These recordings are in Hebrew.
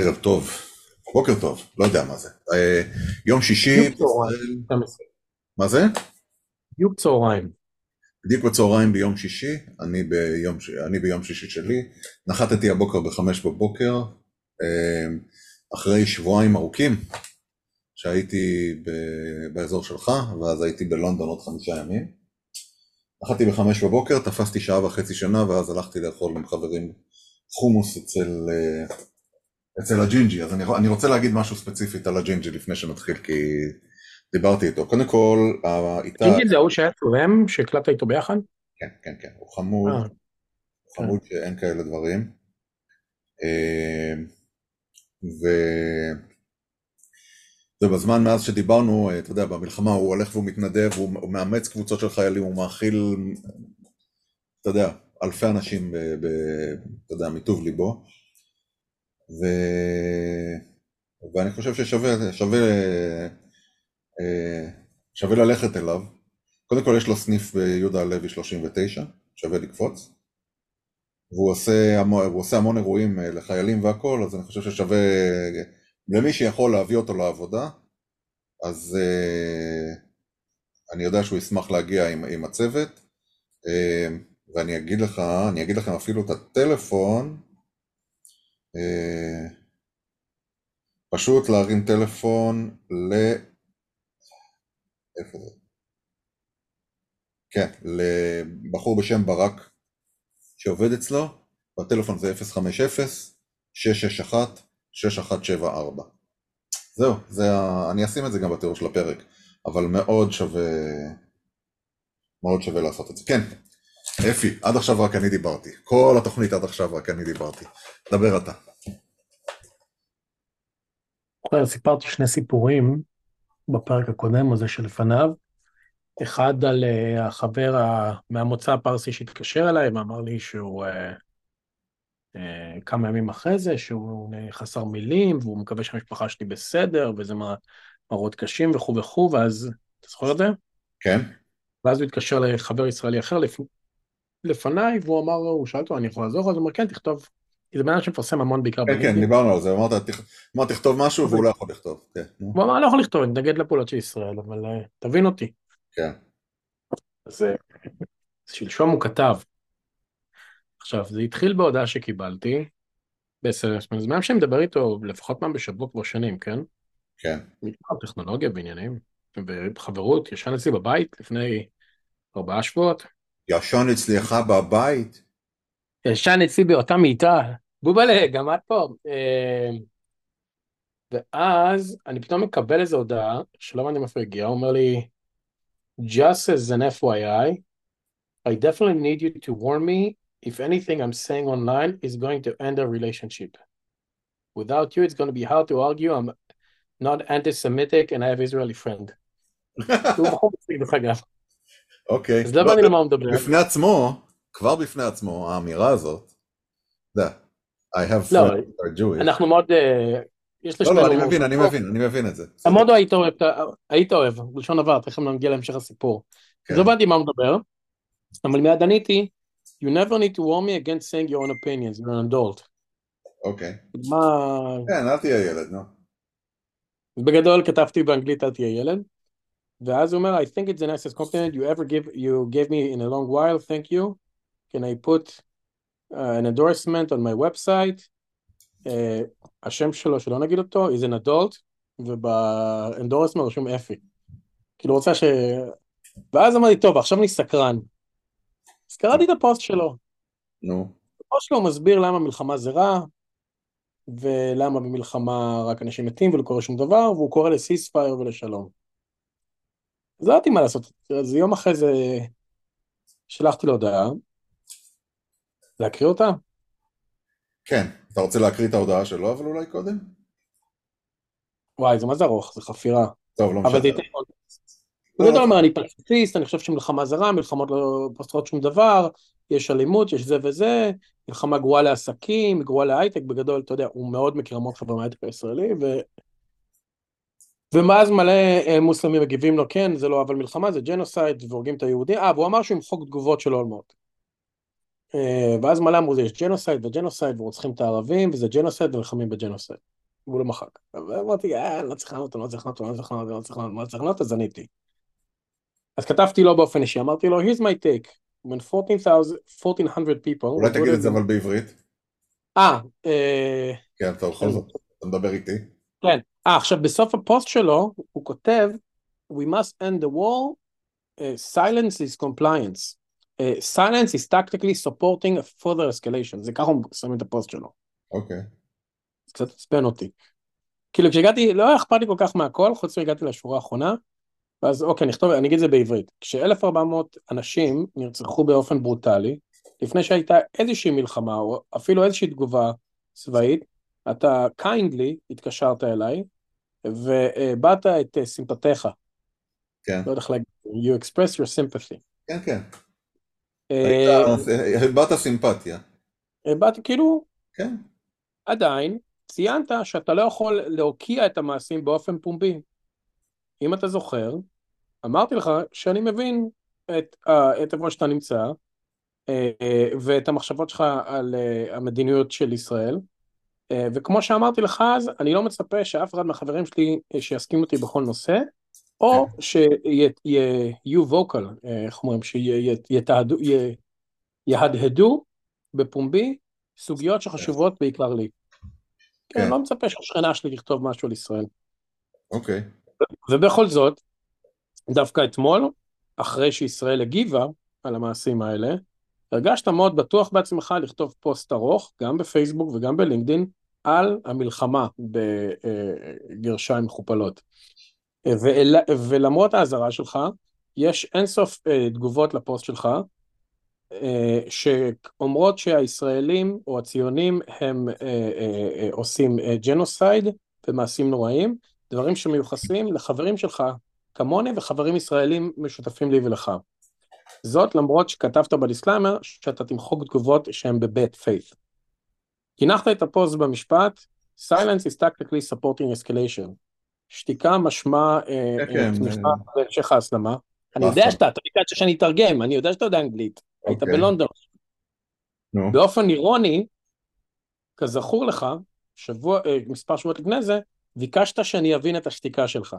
ערב טוב, בוקר טוב, לא יודע מה זה. יום שישי בדיוק צהריים, בישראל, 12. מה זה? בדיוק צהריים. בדיוק בצהריים ביום שישי, אני ביום שישי שלי, נחתתי הבוקר ב 5 בבוקר, אחרי שבועיים ארוכים, שהייתי באזור שלך, ואז הייתי בלונדון עוד 5 ימים. נחתתי ב 5 בבוקר, תפסתי שעה וחצי שנה, ואז הלכתי לאכול עם חברים חומוס אצל הג'ינג'י. אז אני רוצה להגיד משהו ספציפית על הג'ינג'י לפני שנתחיל, כי דיברתי איתו. קודם כל, איתה, ג'ינג'י זה ההוא שהיה תורם, שהקלטת איתו ביחד? כן, כן, כן, הוא חמוד, אה, הוא כן. חמוד שאין כאלה דברים. ו... ובזמן מאז שדיברנו, אתה יודע, במלחמה הוא הולך והוא מתנדב, הוא מאמץ קבוצות של חיילים, הוא מאכיל, אתה יודע, אלפי אנשים, אתה יודע, מטוב ליבו. ו... ואני חושב ששווה ללכת אליו. קודם כל יש לו סניף ביהודה הלוי 39, שווה לקפוץ. והוא עושה המון אירועים לחיילים והכל, אז אני חושב ששווה למי שיכול להביא אותו לעבודה, אז אני יודע שהוא ישמח להגיע עם הצוות, ואני אגיד לכם אפילו את הטלפון, פשוט להרים טלפון איפה זה? כן, לבחור בשם ברק שעובד אצלו, והטלפון זה 050-661-6174. זהו, אני אשים את זה גם בתיאור של הפרק, אבל מאוד שווה לעשות את זה. כן, אפי, עד עכשיו רק אני דיברתי. כל התוכנית עד עכשיו רק אני דיברתי. דבר אתה. סיפרתי שני סיפורים בפרק הקודם, הזה שלפניו. אחד על החבר מהמוצא הפרסי שהתקשר אליי, ואמר לי שהוא כמה ימים אחרי זה, שהוא חסר מילים, והוא מקווה שהמשפחה שלי בסדר, וזה מראות קשים וכו' וכו', ואז, אתה זוכר את זה? כן? ואז הוא התקשר לחבר ישראלי אחר לפניי, והוא אמר, הוא שאל אותו, אני יכול לעזור? אז הוא אומר, כן, תכתוב. כי זה בן אדם שמפרסם המון בעיקר כן, כן, בלינקדאין. דיברנו על זה. אמרת תכתוב משהו והוא לא יכול לכתוב. כן, נו. הוא אמר, אני לא יכול לכתוב, אני מתנגד לפעולות של ישראל, אבל תבין אותי. כן. אז שלשום הוא כתב. עכשיו, זה התחיל בהודעה שקיבלתי, בסרס, זה מהם שאני מדבר איתו לפחות פעם בשבוע כבר שנים, כן? כן. מתחם טכנולוגיה בעניינים, ובחברות, ישן אצלי בבית לפני 4 שבועות. ישן אצלך בבית? ישן אצלי באותה מיטה. בובלה, גם את פה. ואז אני פתאום מקבל איזו הודעה, שלא מעניין איפה הגיע, הוא אומר לי, just as an FYI, I definitely need you to warn me if anything I'm saying online is going to end a relationship. Without you, it's going to be hard to argue. I'm not anti-Semitic and I have Israeli friend. הוא בחור מצחיק דרך אגב. אוקיי. אז לא לא, הבנתי למה הוא מדבר. בפני עצמו, כבר בפני עצמו, האמירה הזאת, אתה יודע, I have לא, friends that are Jewish. אנחנו מאוד, יש לא, לא, לשנינו... אני מבין את זה. בסדר. המודו היית אוהב, בלשון עבר, תכף נגיע להמשך הסיפור. אז לא כן. הבנתי מה הוא מדבר, אבל מיד עניתי, you never need to warn me against saying your own opinions, you're an adult. אוקיי. מה... כן, אל תהיה ילד, נו. בגדול כתבתי באנגלית אל תהיה ילד, ואז הוא אומר, I think it's the nicest compliment you gave me in a long while, thank you. Can I put an endorsement on my website? השם שלו, שלא נגיד אותו, is an adult, ובאנדורסמנט רשום אפי. כאילו רוצה ואז אמרתי, טוב, עכשיו אני סקרן. אז קראתי את הפוסט שלו. נו. הפוסט שלו מסביר למה מלחמה זה רע, ולמה במלחמה רק אנשים מתים ולא קורה שום דבר, והוא קורא לסיספייר ולשלום. אז לא ידעתי מה לעשות. אז יום אחרי זה שלחתי לו הודעה, להקריא אותה. כן. אתה רוצה להקריא את ההודעה שלו, אבל אולי קודם? וואי, זה מה זה ארוך, זה חפירה. טוב, לא אבל משנה. זה ייתן עוד. לא, לא, בגדול אומר, אני פציפיסט, אני חושב שמלחמה זה רע, מלחמות לא פוסטות שום דבר, יש אלימות, יש זה וזה, מלחמה גרועה לעסקים, גרועה להייטק, בגדול, אתה יודע, הוא מאוד מכיר המון חבר'ה מההייטק הישראלי, ומאז מלא מוסלמים מגיבים לו, כן, זה לא אבל מלחמה, זה ג'נוסייד, והורגים את היהודים, והוא אמר שהוא ימחוק תגובות של אולמרט. ואז מלא אמרו, יש ג'נוסייד וג'נוסייד, ורוצחים את הערבים, וזה ג'נוסייד ונלחמים בג'נוסייד. והוא לא מחק. ואמרתי, אני לא צריך לענות, אני לא צריך לענות, אני לא צריך לענות, אני לא צריך לענות, אני לא צריך לענות, אז עניתי. אז כתבתי לו באופן אישי, אמרתי לו, here's my take. When 1400 people אולי תגיד את voted... זה אבל בעברית. אה, כן, אתה בכל זאת, אתה מדבר איתי. כן. עכשיו, בסוף הפוסט שלו, הוא כותב, we must end the war, silence is compliance. Silence is tactically supporting a further escalation. זה ככה הוא שם את הפוסט שלו. אוקיי. זה קצת עצבן אותי. כאילו, כשהגעתי, לא אכפת לי כל כך מהכל, חוץ מהגעתי לשורה האחרונה, ואז אוקיי, אני אגיד את זה בעברית. כש-1400 אנשים נרצחו באופן ברוטלי, לפני שהייתה איזושהי מלחמה, או אפילו איזושהי תגובה צבאית, אתה kindly התקשרת אליי, ובאת את סימפתיך. כן. לא יודע איך להגיד, you express your sympathy. כן, כן. אה, הבעת סימפתיה. באתי כאילו, כן. עדיין, ציינת שאתה לא יכול להוקיע את המעשים באופן פומבי. אם אתה זוכר, אמרתי לך שאני מבין את איפה שאתה נמצא, ואת המחשבות שלך על המדיניות של ישראל, וכמו שאמרתי לך אז, אני לא מצפה שאף אחד מהחברים שלי שיסכים אותי בכל נושא, או שיהיו ווקל, איך אומרים, שיהדהדו בפומבי סוגיות שחשובות בעיקר לי. כן, אני כן. לא מצפה שהשכנה שלי תכתוב משהו על ישראל. אוקיי. ובכל זאת, דווקא אתמול, אחרי שישראל הגיבה על המעשים האלה, הרגשת מאוד בטוח בעצמך לכתוב פוסט ארוך, גם בפייסבוק וגם בלינקדין, על המלחמה בגרשיים מחופלות. ולמרות ההזרה שלך, יש אינסוף תגובות לפוסט שלך, שאומרות שהישראלים או הציונים הם עושים ג'נוסייד ומעשים נוראים, דברים שמיוחסים לחברים שלך כמוני וחברים ישראלים משותפים לי ולך. זאת למרות שכתבת בדיסקליימר שאתה תמחוק תגובות שהן בבית פיית'. כינחת את הפוסט במשפט, Silence is tactically supporting escalation. שתיקה משמע תמיכה בהמשך ההסלמה. אני יודע אתה ביקשת שאני אתרגם, אני יודע שאתה יודע אנגלית, היית בלונדון. באופן אירוני, כזכור לך, מספר שבועות לפני זה, ביקשת שאני אבין את השתיקה שלך.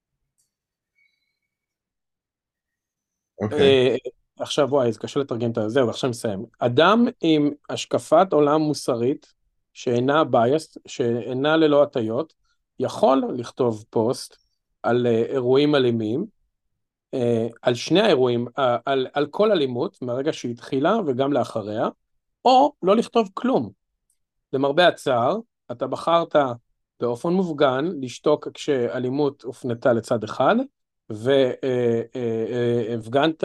עכשיו וואי, זה קשה לתרגם את זה, ועכשיו נסיים. אדם עם השקפת עולם מוסרית, שאינה biased, שאינה ללא הטיות, יכול לכתוב פוסט על אירועים אלימים, על שני האירועים, על כל אלימות, מהרגע שהיא התחילה וגם לאחריה, או לא לכתוב כלום. למרבה הצער, אתה בחרת באופן מופגן לשתוק כשאלימות הופנתה לצד אחד, והפגנת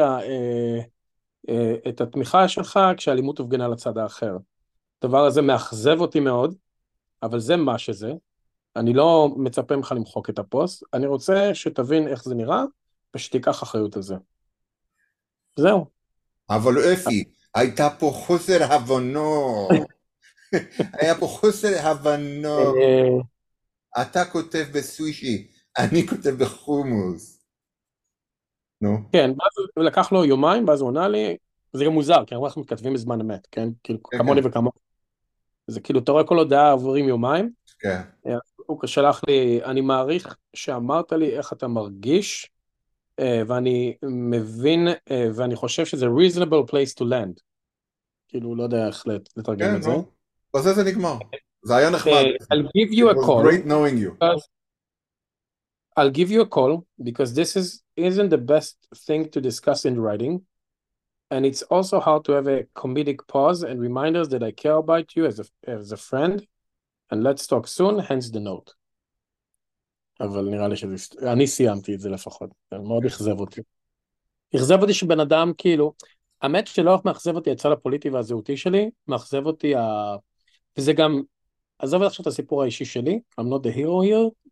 את התמיכה שלך כשאלימות הופגנה לצד האחר. הדבר הזה מאכזב אותי מאוד, אבל זה מה שזה. אני לא מצפה ממך למחוק את הפוסט, אני רוצה שתבין איך זה נראה, ושתיקח אחריות על זה. זהו. אבל אפי, הייתה פה חוסר הבנו. היה פה חוסר הבנו. אתה כותב בסושי, אני כותב בחומוס. נו. כן, ואז לקח לו יומיים, ואז הוא עונה לי, וזה גם מוזר, כי אנחנו מתכתבים בזמן אמת, כן? כאילו, כמוני וכמוני. זה כאילו, אתה רואה כל הודעה עוברים יומיים, כן. הוא שלח לי, אני מעריך שאמרת לי איך אתה מרגיש, ואני מבין, ואני חושב שזה reasonable place to land. כאילו, לא יודע איך לתרגם את זה. כן, נו. בזה זה נגמר. זה היה נחמד. I'll give you a It was call. great knowing you. I'll give you a call, because this isn't the best thing to discuss in writing, and it's also hard to have a comedic pause and reminders that I care about you as a friend, and let's talk soon, hence the note. אבל נראה לי אני סיימתי את זה לפחות, זה מאוד אכזב אותי. אכזב אותי שבן אדם כאילו, האמת שלא מאכזב אותי הצד הפוליטי והזהותי שלי, מאכזב אותי, וזה גם, עזוב עכשיו את הסיפור האישי שלי, I'm not the hero here,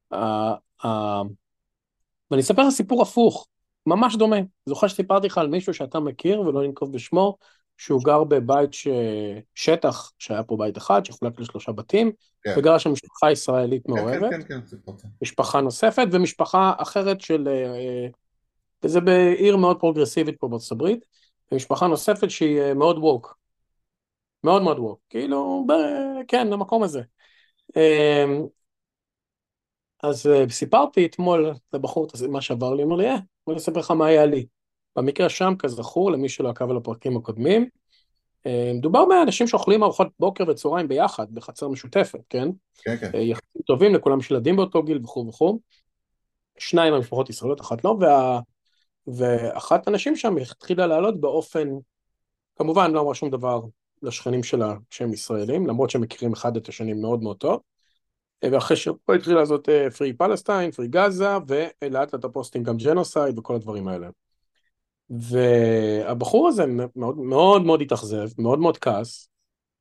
ואני אספר לך סיפור הפוך, ממש דומה. זוכר שסיפרתי לך על מישהו שאתה מכיר, ולא ננקוב בשמו, שהוא גר בבית שטח, שהיה פה בית אחד, שחולק ל3 בתים, וגרה שם משפחה ישראלית מעורבת, משפחה נוספת, ומשפחה אחרת של, וזה בעיר מאוד פרוגרסיבית פה בארצות הברית, ומשפחה נוספת שהיא מאוד ווק, מאוד מאוד ווק, כאילו, כן, למקום הזה. אז סיפרתי אתמול לבחור מה שעבר לי, אמר לי, בוא נספר לך מה היה לי. במקרה שם, כזכור, למי שלא עקב על הפרקים הקודמים, מדובר באנשים שאוכלים ארוחות בוקר וצהריים ביחד, בחצר משותפת, כן? כן, כן, יחסים טובים, לכולם יש ילדים באותו גיל וכו' וכו'. שניים המשפחות ישראליות, אחת לא, ואחת הנשים שם התחילה לעלות באופן, כמובן לא אמרה שום דבר לשכנים שלה שהם ישראלים, למרות שהם מכירים אחד את השני מאוד מאוד טוב. ואחרי שפה התחילה לעשות פרי פלסטיין, פרי גזה, ולאט לאט הפוסטים גם ג'נוסייד וכל הדברים האלה. והבחור הזה מאוד מאוד מאוד התאכזב, מאוד מאוד כעס,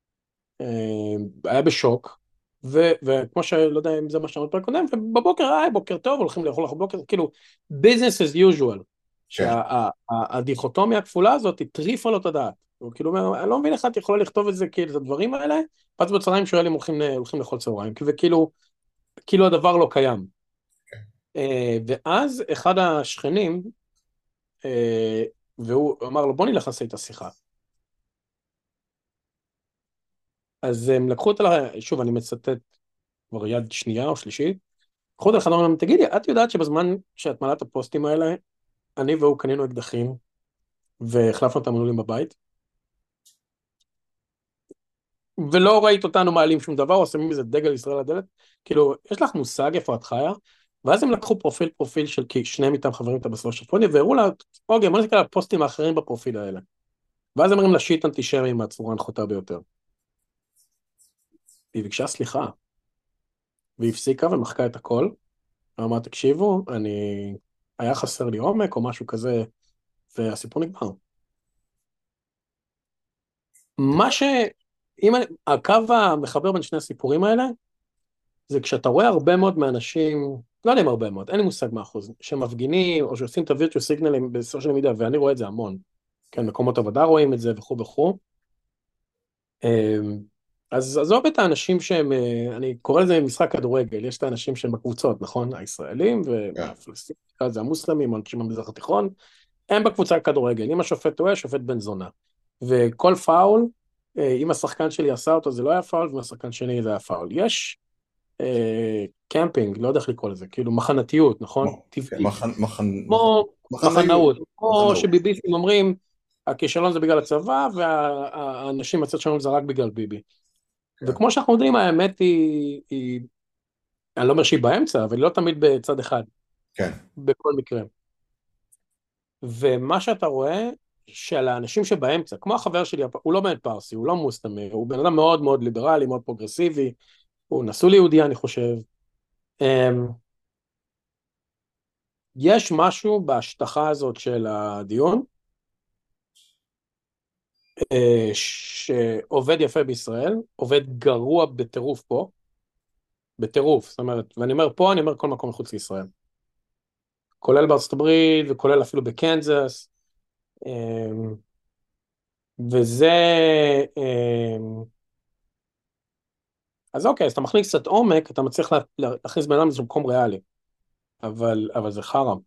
היה בשוק, וכמו שלא יודע אם זה מה שאמרת קודם, ובבוקר, בוקר טוב, הולכים לאכול לך בוקר, כאילו, business as usual, כן. שהדיכוטומיה הכפולה הזאת הטריפה לו את הדעת. הוא כאילו אומר, אני לא מבין איך את יכולה לכתוב את זה, כאילו, את הדברים האלה, ואז בצהריים שואל אם הולכים לאכול צהריים, וכאילו, כאילו הדבר לא קיים. ואז אחד השכנים, והוא אמר לו, בוא נלך לעשות את השיחה. אז הם לקחו אותה, שוב, אני מצטט כבר יד שנייה או שלישית, לקחו אותה לחדר, אמרו להם, תגידי, את יודעת שבזמן שאת מעלה את הפוסטים האלה, אני והוא קנינו אקדחים, והחלפנו את המנעולים בבית, ולא ראית אותנו מעלים שום דבר, או שמים איזה דגל ישראל לדלת, כאילו, יש לך מושג איפה את חיה? ואז הם לקחו פרופיל של שניהם איתם חברים איתה בסוף של פוני, והראו לה, אוקיי, בוא נסתכל על הפוסטים האחרים בפרופיל האלה. ואז הם אומרים לה שיט אנטישמי מהצורה הנחותה ביותר. והיא ביקשה סליחה, והיא הפסיקה ומחקה את הכל, ואמרה, תקשיבו, היה חסר לי עומק או משהו כזה, והסיפור נגמר. הקו המחבר בין שני הסיפורים האלה, זה כשאתה רואה הרבה מאוד מאנשים, לא יודע אם הרבה מאוד, אין לי מושג מה אחוז, שמפגינים או שעושים את הווירטואל סיגנלים בסושיאל מדיה, ואני רואה את זה המון, כן, מקומות עבודה רואים את זה וכו' וכו'. אז עזוב את האנשים שהם, אני קורא לזה משחק כדורגל, יש את האנשים שהם בקבוצות, נכון? הישראלים כן. והפלסטינים, זה המוסלמים, אנשים במזרח התיכון, הם בקבוצה כדורגל, אם השופט טועה, שופט בן זונה. וכל פאול, אם השחקן שלי עשה אותו, זה לא היה פאול, ואם השחקן שלי זה היה פאול. יש קמפינג, לא יודע איך לקרוא לזה, כאילו מחנתיות, נכון? כן, טבעית. כמו מחנאיות. מחנאות, כמו שביביסטים אומרים, הכישלון זה בגלל הצבא, והאנשים מצד שלנו זה רק בגלל ביבי. כן, וכמו שאנחנו יודעים, האמת אני לא אומר שהיא באמצע, אבל היא לא תמיד בצד אחד, כן, בכל מקרה. ומה שאתה רואה, של האנשים שבאמצע, כמו החבר שלי, הוא לא בן פרסי, הוא לא מוסלמי, הוא בן אדם מאוד מאוד ליברלי, מאוד פרוגרסיבי, הוא נשוי ליהודי, אני חושב. יש משהו בהשטחה הזאת של הדיון, שעובד יפה בישראל, עובד גרוע בטירוף פה, בטירוף, זאת אומרת, ואני אומר פה, אני אומר כל מקום מחוץ לישראל. כולל בארצות הברית, וכולל אפילו בקנזס, וזה, אז אוקיי, אז אתה מכניס קצת עומק, אתה מצליח להכניס בן אדם למקום ריאלי, אבל זה חרם.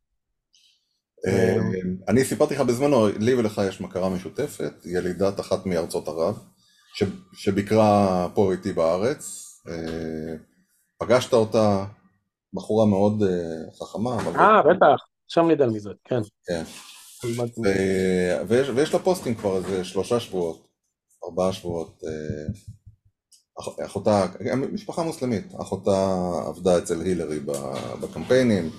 אני סיפרתי לך בזמנו, לי ולך יש מכרה משותפת, ילידת אחת מארצות ערב, שביקרה פה איתי בארץ, פגשת אותה, בחורה מאוד חכמה. בטח, שם נדע מזה, כן. כן. ויש לה פוסטים כבר איזה 3 שבועות, 4 שבועות. אחותה, משפחה מוסלמית, אחותה עבדה אצל הילרי בקמפיינים,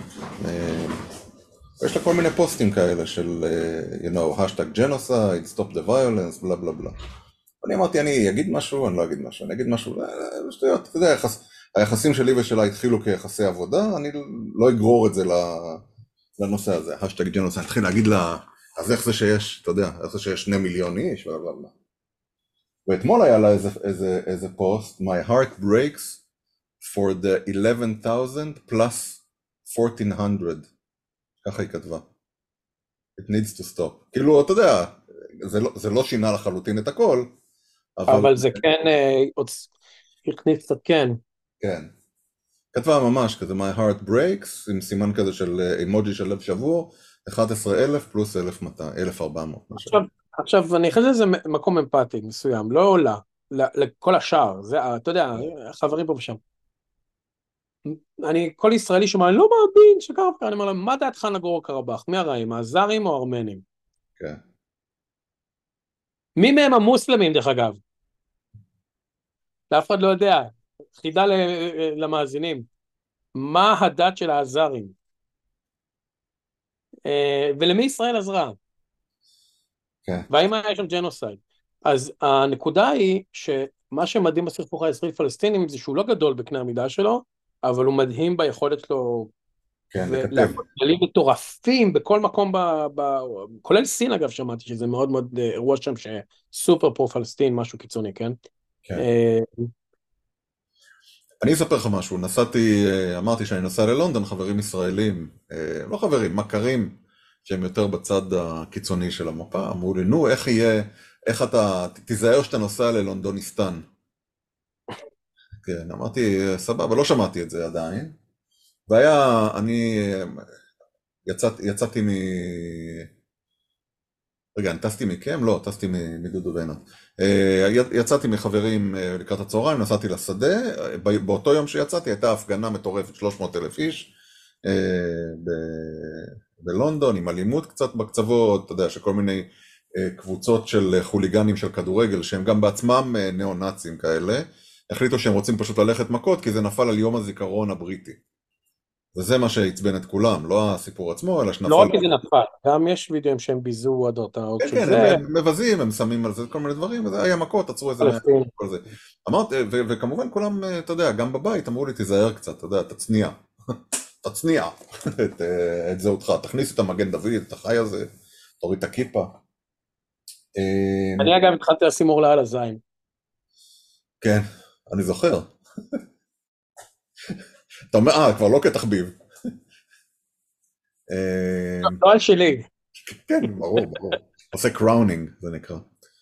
ויש לה כל מיני פוסטים כאלה של, hashtag genocide, stop the violence, בלה בלה בלה. אני אמרתי, אני אגיד משהו, אני לא אגיד משהו, אני אגיד משהו, שטויות, אתה יודע, היחסים שלי ושלה התחילו כיחסי עבודה, אני לא אגרור את זה לנושא הזה, hashtag genocide, התחיל להגיד לה, אז איך זה שיש, אתה יודע, איך זה שיש 2 מיליון איש, בלה בלה בלה. ואתמול היה לה איזה פוסט, my heart breaks for the 11,000 plus 1,400. ככה היא כתבה. It needs to stop. כאילו, אתה יודע, זה לא שינה לחלוטין את הכל, אבל זה כן, הכניס קצת כן. כן. כתבה ממש כזה, my heart breaks, עם סימן כזה של אימוג'י של לב שבור, 11,000 פלוס 1,200, 1,400. עכשיו, אני חושב שזה מקום אמפתי מסוים, לא עולה, לכל השאר, זה, אתה יודע, חברים פה ושם. כל ישראלי שמע, אני לא מאמין שקרבקר, אני אומר להם, מה דעתך על נגורו קרבאח? מי הרעים, האזרים או הארמנים? כן, מי מהם המוסלמים, דרך אגב? לאף אחד לא יודע. חידה למאזינים. מה הדת של האזרים? ולמי ישראל עזרה? כן, והאם היה שם ג'נוסייד? אז הנקודה היא שמה שמדהים בסכסוך הישראלי-פלסטינים זה שהוא לא גדול בקנה המידה שלו, אבל הוא מדהים ביכולת שלו כן, לקטב. ולהפוך כללים מטורפים בכל מקום, כולל סין אגב, שמעתי שזה מאוד מאוד אירוע שם שסופר פרו פלסטין, משהו קיצוני, כן? כן. אה, אני אספר לך משהו, נסעתי, אמרתי שאני נוסע ללונדון, חברים ישראלים, לא חברים, מכרים, שהם יותר בצד הקיצוני של המפה, אמרו לי, נו, איך יהיה, איך אתה, תיזהר שאתה נוסע ללונדוניסטן. כן, אמרתי, סבבה, לא שמעתי את זה עדיין. והיה, אני יצאתי רגע, אני טסתי מכם? לא, טסתי מדודו בנה. יצאתי מחברים לקראת הצהריים, נסעתי לשדה, באותו יום שיצאתי הייתה הפגנה מטורפת, 300,000 איש בלונדון, עם אלימות קצת בקצוות, אתה יודע, שכל מיני קבוצות של חוליגנים של כדורגל, שהם גם בעצמם ניאו-נאצים כאלה, החליטו שהם רוצים פשוט ללכת מכות, כי זה נפל על יום הזיכרון הבריטי. וזה מה שעצבן את כולם, לא הסיפור עצמו, אלא לא שנפל... רק כי זה נפל, גם יש וידאוים שהם ביזו הדרתאות כן, של כן, זה, הם מבזים, הם שמים על זה כל מיני דברים, וזה היה מכות, עצרו איזה 100 פלסטין. כל זה. אמרתי, וכמובן כולם, אתה יודע, גם בבית אמרו לי, תיזהר קצת, אתה יודע, תצניע, תצניע את זהותך, תכניס את המגן דוד, את החי הזה, תוריד את הכיפה. אני אגב התחלתי לשים עורלה על הזין. כן, אני זוכר. אתה אומר, כבר לא כתחביב. לא על שלי. כן, ברור, ברור. עושה קראונינג, זה נקרא.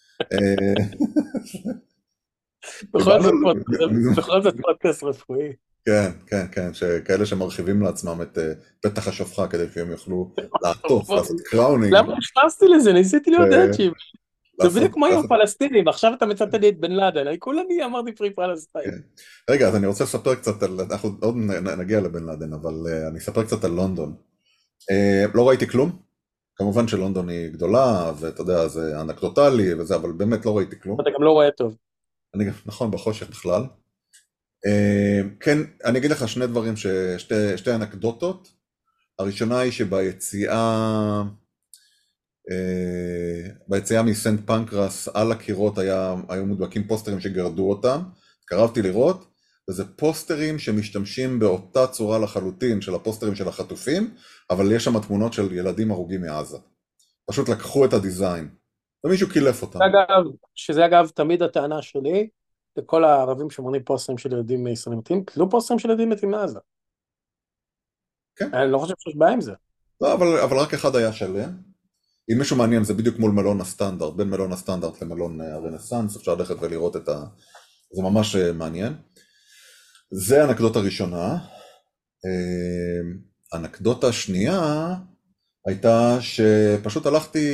בכל זאת פודקאסט רפואי. כן, כן, כן, שכאלה שמרחיבים לעצמם את פתח השופחה כדי שהם יוכלו לעטוף, לעשות קראונינג. למה נכנסתי לזה? ניסיתי להיות דאצ'י. זה בדיוק כמו עם לעשות... הפלסטינים, עכשיו אתה מצטט לי את בן לאדן, אני כולני אמרתי פרי פלסטיין. כן. רגע, אז אני רוצה לספר קצת על, אנחנו עוד נגיע לבן לאדן, אבל אני אספר קצת על לונדון. לא ראיתי כלום, כמובן שלונדון היא גדולה, ואתה יודע, זה אנקדוטלי וזה, אבל באמת לא ראיתי כלום. אתה גם לא רואה טוב. נכון, בחושך בכלל. כן, אני אגיד לך שני דברים, שתי אנקדוטות. הראשונה היא ביציאה מסנט פנקרס על הקירות היו מודבקים פוסטרים שגרדו אותם, קרבתי לראות, וזה פוסטרים שמשתמשים באותה צורה לחלוטין של הפוסטרים של החטופים, אבל יש שם תמונות של ילדים הרוגים מעזה. פשוט לקחו את הדיזיין, ומישהו קילף אותם. שזה אגב תמיד הטענה שלי, לכל הערבים שמונים פוסטרים של ילדים ישראלים מתים, תלו פוסטרים של ילדים מתים מעזה. כן. אני לא חושב שיש בעיה עם זה. לא, אבל רק אחד היה שלם. אם מישהו מעניין, זה בדיוק מול מלון הסטנדרט, בין מלון הסטנדרט למלון הרנסנס, אפשר ללכת ולראות זה ממש מעניין. זה האנקדוטה הראשונה. האנקדוטה השנייה הייתה שפשוט הלכתי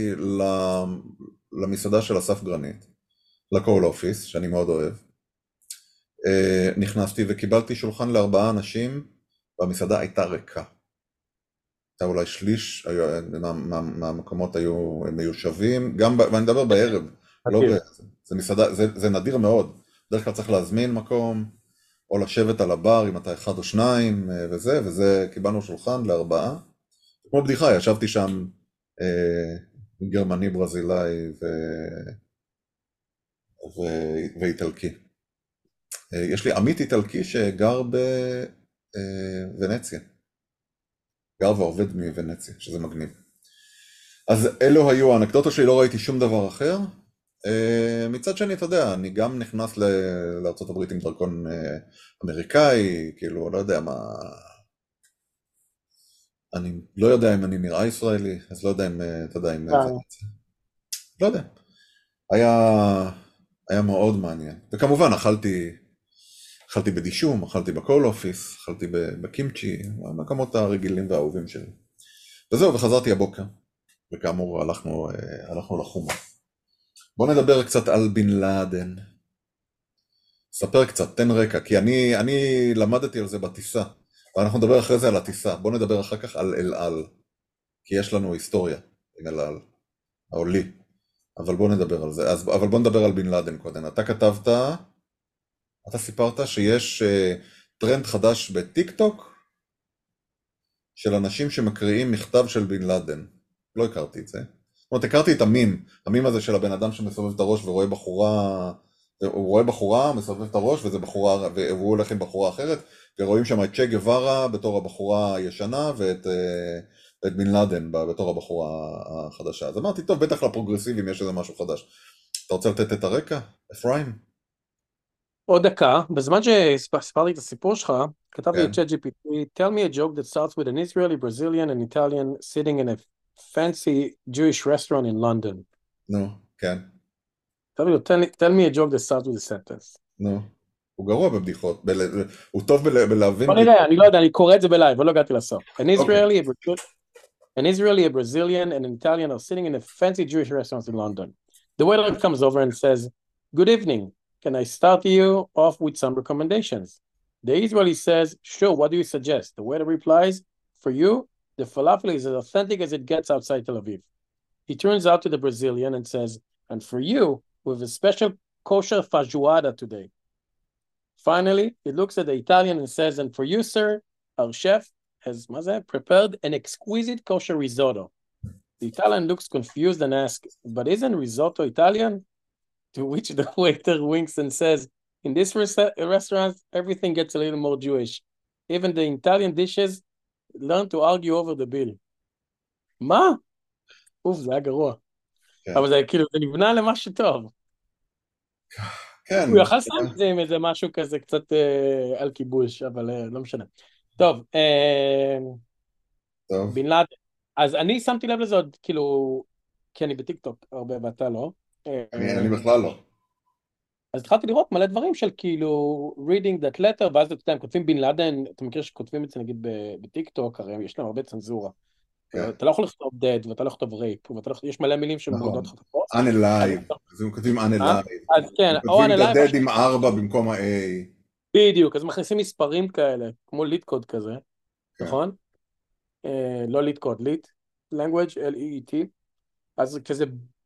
למסעדה של אסף גרנית, לקול אופיס, שאני מאוד אוהב. נכנסתי וקיבלתי שולחן ל4 אנשים, והמסעדה הייתה ריקה. הייתה אולי שליש מהמקומות היו מיושבים, ואני מדבר בערב, זה מסעדה, זה נדיר מאוד, בדרך כלל צריך להזמין מקום, או לשבת על הבר אם אתה 1 או 2 וזה, קיבלנו שולחן ל4, כמו בדיחה, ישבתי שם גרמני, ברזילאי ואיטלקי. יש לי עמית איטלקי שגר בוונציה. גר ועובד מוונציה, שזה מגניב. אז אלו היו האנקדוטות שלי, לא ראיתי שום דבר אחר. מצד שני, אתה יודע, אני גם נכנס לארצות הברית עם דרכון אמריקאי, כאילו, לא יודע מה... אני לא יודע אם אני נראה ישראלי, אז לא יודע אם, אתה יודע, אם... לא יודע. היה מאוד מעניין. וכמובן, אכלתי בדישום, אכלתי בקול אופיס, אכלתי בקימצ'י, המקומות הרגילים והאהובים שלי. וזהו, וחזרתי הבוקר, וכאמור הלכנו לחומה. בואו נדבר קצת על בן לאדן. ספר קצת, תן רקע, כי אני למדתי על זה בטיסה, ואנחנו נדבר אחרי זה על הטיסה. בוא נדבר אחר כך על אל על, כי יש לנו היסטוריה עם אל על, או לי, אבל בוא נדבר על זה. אבל בוא נדבר על בן לאדן קודם. אתה סיפרת שיש טרנד חדש בטיק טוק של אנשים שמקריאים מכתב של בן לאדן. לא הכרתי את זה. זאת אומרת, הכרתי את המים הזה של הבן אדם שמסובב את הראש ורואה בחורה, הוא רואה בחורה, מסובב את הראש, וזה בחורה, והוא הולך עם בחורה אחרת, ורואים שם את צ'ה גווארה בתור הבחורה הישנה, ואת בן לאדן בתור הבחורה החדשה. אז אמרתי, טוב, בטח לפרוגרסיבים יש איזה משהו חדש. אתה רוצה לתת את הרקע, אפרים? עוד דקה, בזמן שסיפרתי את הסיפור שלך, כתבתי כן. ל-ChatGPT, tell me a joke that starts with an Israeli, Brazilian and Italian sitting in a fancy Jewish restaurant in London. נו, כן. tell me a joke that starts with a sentence. נו. הוא גרוע בבדיחות, הוא טוב בלהבין בוא בדיחות. נראה, אני לא יודע, אני קורא את זה בלייב, אבל לא הגעתי לסוף. אוקיי. An Israeli, a Brazilian, and an Italian are sitting in a fancy Jewish restaurant in London. The waiter comes over and says, good evening, can I start you off with some recommendations? The Israeli says, sure, what do you suggest? The waiter replies, for you, the falafel is as authentic as it gets outside Tel Aviv. He turns out to the Brazilian and says, and for you, we have a special kosher feijoada today. Finally, he looks at the Italian and says, and for you, sir, our chef has prepared an exquisite kosher risotto. The Italian looks confused and asks, but isn't risotto Italian? To which the waiter winks and says, in this restaurant, everything gets a little more Jewish. Even the Italian dishes learn to argue over the bill. מה? אוף, זה היה גרוע. אבל זה כאילו, זה נבנה למשהו טוב. כן. הוא יכל לסיים את זה עם איזה משהו כזה קצת על כיבוש, אבל לא משנה. טוב, בן לאדן. אז אני שמתי לב לזה עוד, כאילו, כי אני בטיקטוק הרבה ואתה לא. אני בכלל לא. אז התחלתי לראות מלא דברים של כאילו reading that letter, ואז אתה יודע, הם כותבים בן לאדן, אתה מכיר שכותבים את זה נגיד בטיקטוק, הרי יש להם הרבה צנזורה. אתה לא יכול לכתוב dead, ואתה לא יכול לכתוב rape, יש מלא מילים שמורידות לך את הפוסט. unalive, אז הם כותבים unalive. אז כן, או כותבים את unalive. ה-dead עם 4 במקום ה-A. בדיוק, אז מכניסים מספרים כאלה, כמו ליט-קוד כזה, נכון? לא ליט-קוד, ליט, language, L-E-E-T, אז כזה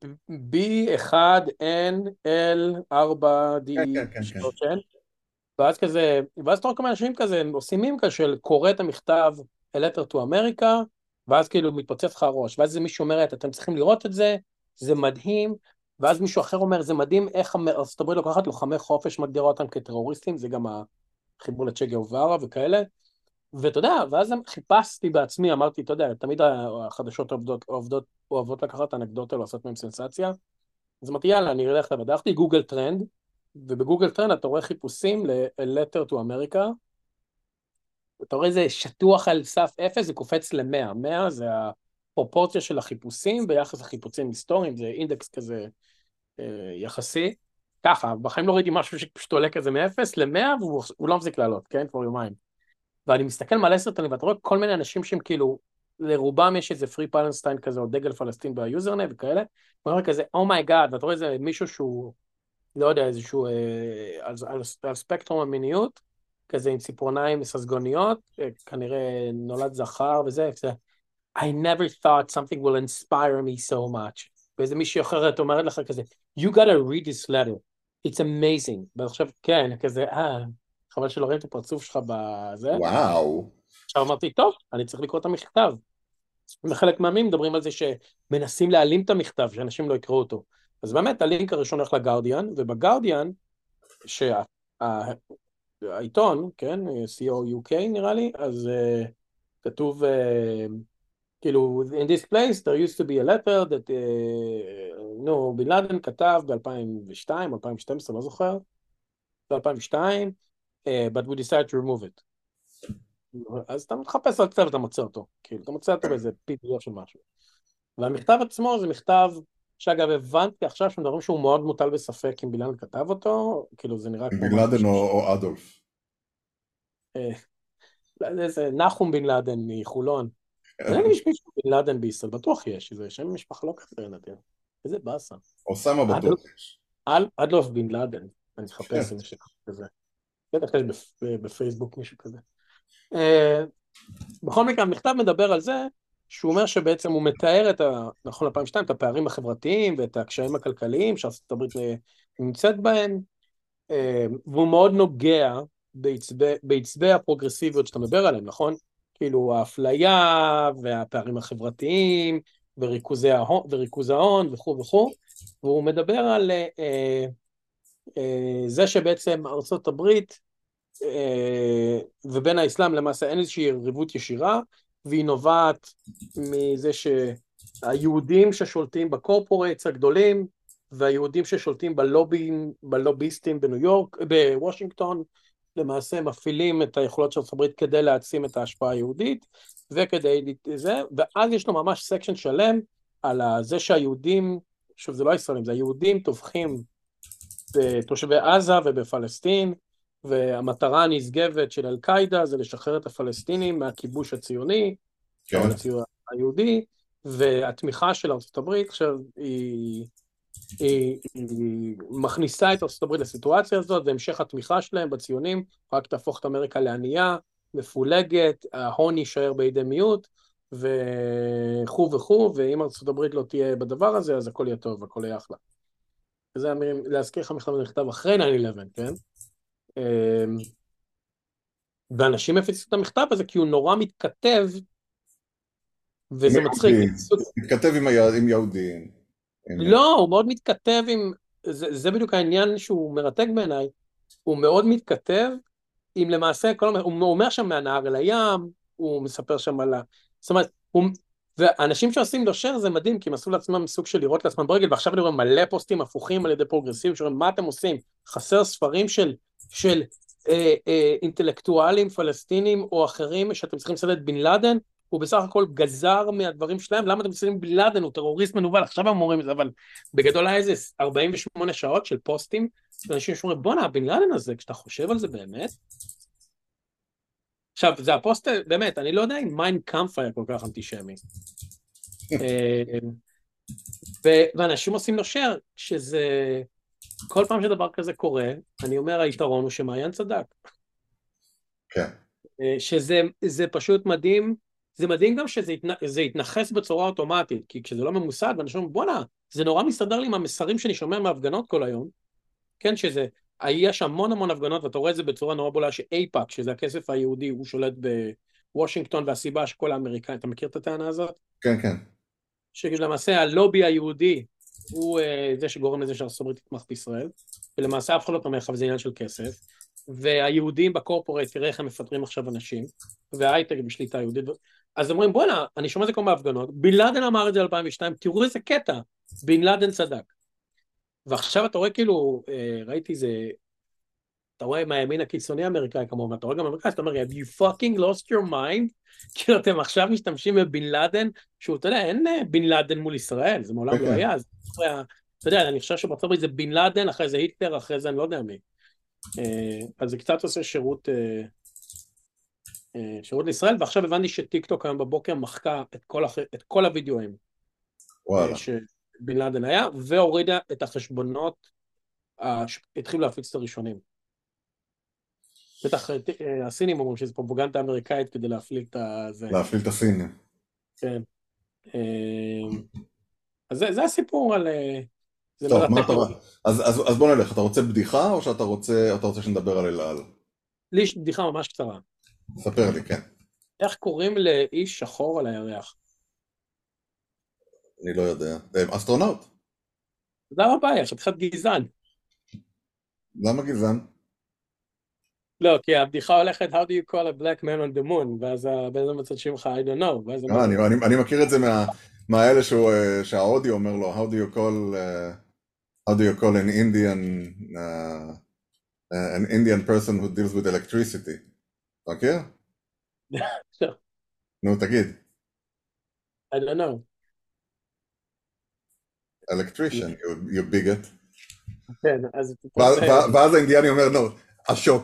B1N-L-4-D-E, ואז כזה, ואז אתה רואה כמה אנשים כזה, עושים מים כזה של קורא את המכתב a letter to America, ואז כאילו מתפוצץ לך הראש, ואז זה מישהו אומרת, אתם צריכים לראות את זה, זה מדהים, ואז מישהו אחר אומר, זה מדהים איך ארצות הברית לוקחת לוחמי חופש, מגדירה אותם כטרוריסטים, זה גם החיבור לצ'ה גווארה וכאלה, ואתה יודע, ואז חיפשתי בעצמי, אמרתי, אתה יודע, תמיד החדשות אוהבות לקחת אנקדוטה, לעשות מהם סנסציה, אז אמרתי, יאללה, אני אלך לבד, הלכתי גוגל טרנד, ובגוגל טרנד אתה רואה חיפושים ל-letter to America, אתה רואה איזה שטוח על סף 0, זה קופץ ל-100, 100 זה הפרופורציה של החיפושים, ביחס לחיפושים היסטוריים, זה אינדקס כזה יחסי, ככה, בחיים לא ראיתי משהו שפשוט עולה כזה מ-0 ל-100, והוא לא מפסיק לעלות, כן, כבר יומיים. ואני מסתכל מלא סרטונים, ואתה רואה כל מיני אנשים שהם כאילו, לרובם יש איזה פרי פלנסטיין כזה, או דגל פלסטין ביוזרנט וכאלה, ואתה רואה כזה, אומייגאד, ואתה רואה איזה מישהו שהוא, לא יודע, איזשהו, על ספקטרום המיניות, כזה עם ציפורניים ססגוניות, כנראה נולד זכר וזה, I never thought something will inspire me so much. ואיזה מישהי אחרת אומרת לך כזה, you gotta read this letter, it's amazing. ואני חושב, כן, כזה, חבל שלא רואים את הפרצוף שלך בזה. וואו. עכשיו אמרתי, טוב, אני צריך לקרוא את המכתב. וחלק מהמים מדברים על זה שמנסים להעלים את המכתב, שאנשים לא יקראו אותו. אז באמת, הלינק הראשון הולך לגארדיאן, ובגארדיאן, העיתון, כן, CO UK נראה לי, אז כתוב, כאילו, in this place there used to be a letter that, בן לאדן כתב ב-2002, 2012, לא זוכר, ב-2002, but we decided to remove it. אז אתה מתחפש על כתב ואתה מוצא אותו, כאילו, אתה מוצא אותו באיזה PDF של משהו. והמכתב עצמו זה מכתב, שאגב הבנתי עכשיו שמדברים שהוא מאוד מוטל בספק אם בן לאדן כתב אותו, כאילו זה נראה כמו... בן לאדן או אדולף. איזה נחום בן לאדן מחולון. אין לי מישהו בן לאדן בישראל, בטוח יש, זה שם משפחה לא כזה נדיר. איזה באסה. אוסמה בטוח יש. אדולף בן לאדן. אני אחפש אם יש כזה. בטח יש בפייסבוק מישהו כזה. אה, בכל מקרה, המכתב מדבר על זה, שהוא אומר שבעצם הוא מתאר נכון 2002, את הפערים החברתיים ואת הקשיים הכלכליים שארצות הברית נמצאת בהם, והוא מאוד נוגע בעצבי הפרוגרסיביות שאתה מדבר עליהם, נכון? כאילו האפליה והפערים החברתיים וריכוז ההון וכו' וכו', והוא מדבר על זה שבעצם ארצות הברית ובין האסלאם למעשה אין איזושהי יריבות ישירה, והיא נובעת מזה שהיהודים ששולטים בקורפורטס הגדולים, והיהודים ששולטים בלוביסטים בניו יורק, בוושינגטון, למעשה מפעילים את היכולות של ארצות הברית כדי להעצים את ההשפעה היהודית, ואז יש לו ממש סקשן שלם על זה שהיהודים, שוב זה לא הישראלים, זה היהודים טובחים בתושבי עזה ובפלסטין, והמטרה הנשגבת של אל-קאידה זה לשחרר את הפלסטינים מהכיבוש הציוני, כן. היהודי, והתמיכה של ארצות הברית עכשיו היא מכניסה את ארצות הברית לסיטואציה הזאת, והמשך התמיכה שלהם בציונים רק תהפוך את אמריקה לענייה, מפולגת, ההון יישאר בידי מיעוט, וכו' וכו', ואם ארצות הברית לא תהיה בדבר הזה, אז הכל יהיה טוב, הכל יהיה אחלה. וזה להזכיר לך מכתב נכתב אחרי 9/11, כן? ואנשים הפיצו את המכתב הזה כי הוא נורא מתכתב, וזה מצחיק. מתכתב עם יהודים. לא, הוא מאוד מתכתב עם, זה בדיוק העניין שהוא מרתק בעיניי, הוא מאוד מתכתב עם למעשה, הוא אומר שם מהנהר אל הים, הוא מספר שם על זאת אומרת, ואנשים שעושים לו share זה מדהים, כי הם עשו לעצמם סוג של לראות לעצמם ברגל, ועכשיו אני רואה מלא פוסטים הפוכים על ידי פרוגרסיבים, שאומרים, מה אתם עושים? חסר ספרים של אינטלקטואלים פלסטינים או אחרים שאתם צריכים לצטט בן לאדן, הוא בסך הכל גזר מהדברים שלהם, למה אתם מצטטים בן לאדן, הוא טרוריסט מנוול, עכשיו הם אומרים את זה, אבל בגדול היה איזה 48 שעות של פוסטים, ואנשים שאומרים, בוא נה, בן לאדן הזה, כשאתה חושב על זה באמת, עכשיו, זה הפוסט, באמת, אני לא יודע אם מיין קאמפ היה כל כך אנטישמי. ואנשים עושים לו share, שזה, כל פעם שדבר כזה קורה, אני אומר, היתרון הוא שמעיין צדק. כן. שזה פשוט מדהים, זה מדהים גם שזה יתנחס בצורה אוטומטית, כי כשזה לא ממוסד, ואנשים אומרים, בוא'נה, זה נורא מסתדר לי עם המסרים שאני שומע מהפגנות כל היום, כן, שזה, יש המון הפגנות, ואתה רואה את זה בצורה נורא בולה, שאייפאק, שזה הכסף היהודי, הוא שולט בוושינגטון, והסיבה שכל האמריקאים, אתה מכיר את הטענה הזאת? כן, כן. שלמעשה הלובי היהודי, הוא זה שגורם לזה שארצות הברית תתמך בישראל, ולמעשה אף אחד לא תומך, אבל זה עניין של כסף, והיהודים בקורפורט, תראה איך הם מפטרים עכשיו אנשים, וההייטק בשליטה יהודית, אז אומרים, בוא'נה, אני שומע את זה כל בהפגנות, בן לאדן אמר את זה ב-2002, תראו איזה קטע, בן לאדן צדק. ועכשיו אתה רואה כאילו, ראיתי זה, אתה רואה מהימין הקיצוני האמריקאי כמובן, אתה רואה גם אמריקאי, אתה אומר, have you fucking lost your mind? כאילו אתם עכשיו משתמשים בבן לאדן, שהוא, אתה יודע, אין בן לאדן מול ישראל, זה מעולם לא היה, אז אתה יודע, אני חושב שבארצות הברית זה בן לאדן, אחרי זה היטלר, אחרי זה אני לא יודע מי. אז זה קצת עושה שירות לישראל, ועכשיו הבנתי שטיק טוק היום בבוקר מחקה את כל הוידאוים שבן לאדן היה, והורידה את החשבונות, התחילו להפיץ את הראשונים. בטח הסינים אומרים שזה פרופגנדה אמריקאית כדי להפליל את זה. להפליל את הסינים. כן. אז זה הסיפור על... טוב, מה אתה רואה? אז בוא נלך, אתה רוצה בדיחה או שאתה רוצה שנדבר על אל על? לי יש בדיחה ממש קצרה. ספר לי, כן. איך קוראים לאיש שחור על הירח? אני לא יודע. אסטרונאוט. תודה רבה, יש חתיכת גזען. למה גזען? לא, כי הבדיחה הולכת, how do you call a black man on the moon? ואז הבן אדם מצד שמך, I don't know. אני מכיר את זה מהאלה שהאודיו אומר לו, how do you call an Indian person who deals with electricity? אתה מכיר? לא. נו, תגיד. I don't know. electrician, you bigot. כן, אז... ואז האינדיאני אומר, no, השוק.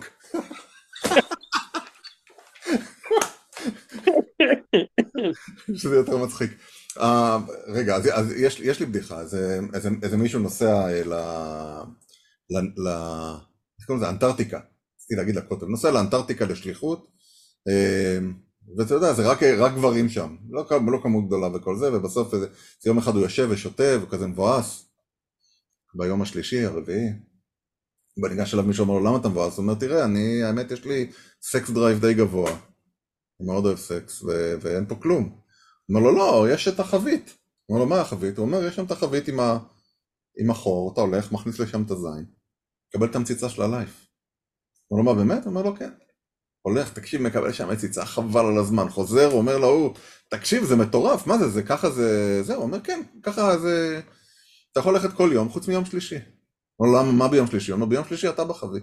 שזה יותר מצחיק. רגע, אז יש לי בדיחה, איזה מישהו נוסע איך קוראים לזה? אנטארקטיקה. רציתי להגיד לקוטב. נוסע לאנטארקטיקה לשליחות, אה, ואתה יודע, זה רק גברים שם. לא כמות גדולה וכל זה, ובסוף איזה יום אחד הוא יושב ושותה, וכזה מבואס. ביום השלישי, הרביעי. בניגש אליו מישהו אומר לו, למה אתה מבואס? הוא אומר, תראה, האמת, יש לי סקס דרייב די גבוה. אני מאוד אוהב סקס, ואין פה כלום. הוא אומר לו, לא, יש את החבית. הוא אומר לו, מה החבית? הוא אומר, יש שם את החבית עם החור, אתה הולך, מכניס לשם את הזין, מקבל את המציצה של הלייף. הוא אומר לו, מה באמת? הוא אומר לו, כן. הולך, תקשיב, מקבל שם מציצה, חבל על הזמן, חוזר, הוא אומר לו, תקשיב, זה מטורף, מה זה, ככה זה, הוא אומר, כן, ככה זה, אתה יכול ללכת כל יום, חוץ מיום שלישי. הוא אומר לו, מה ביום שלישי? הוא אומר, ביום שלישי אתה בחבית.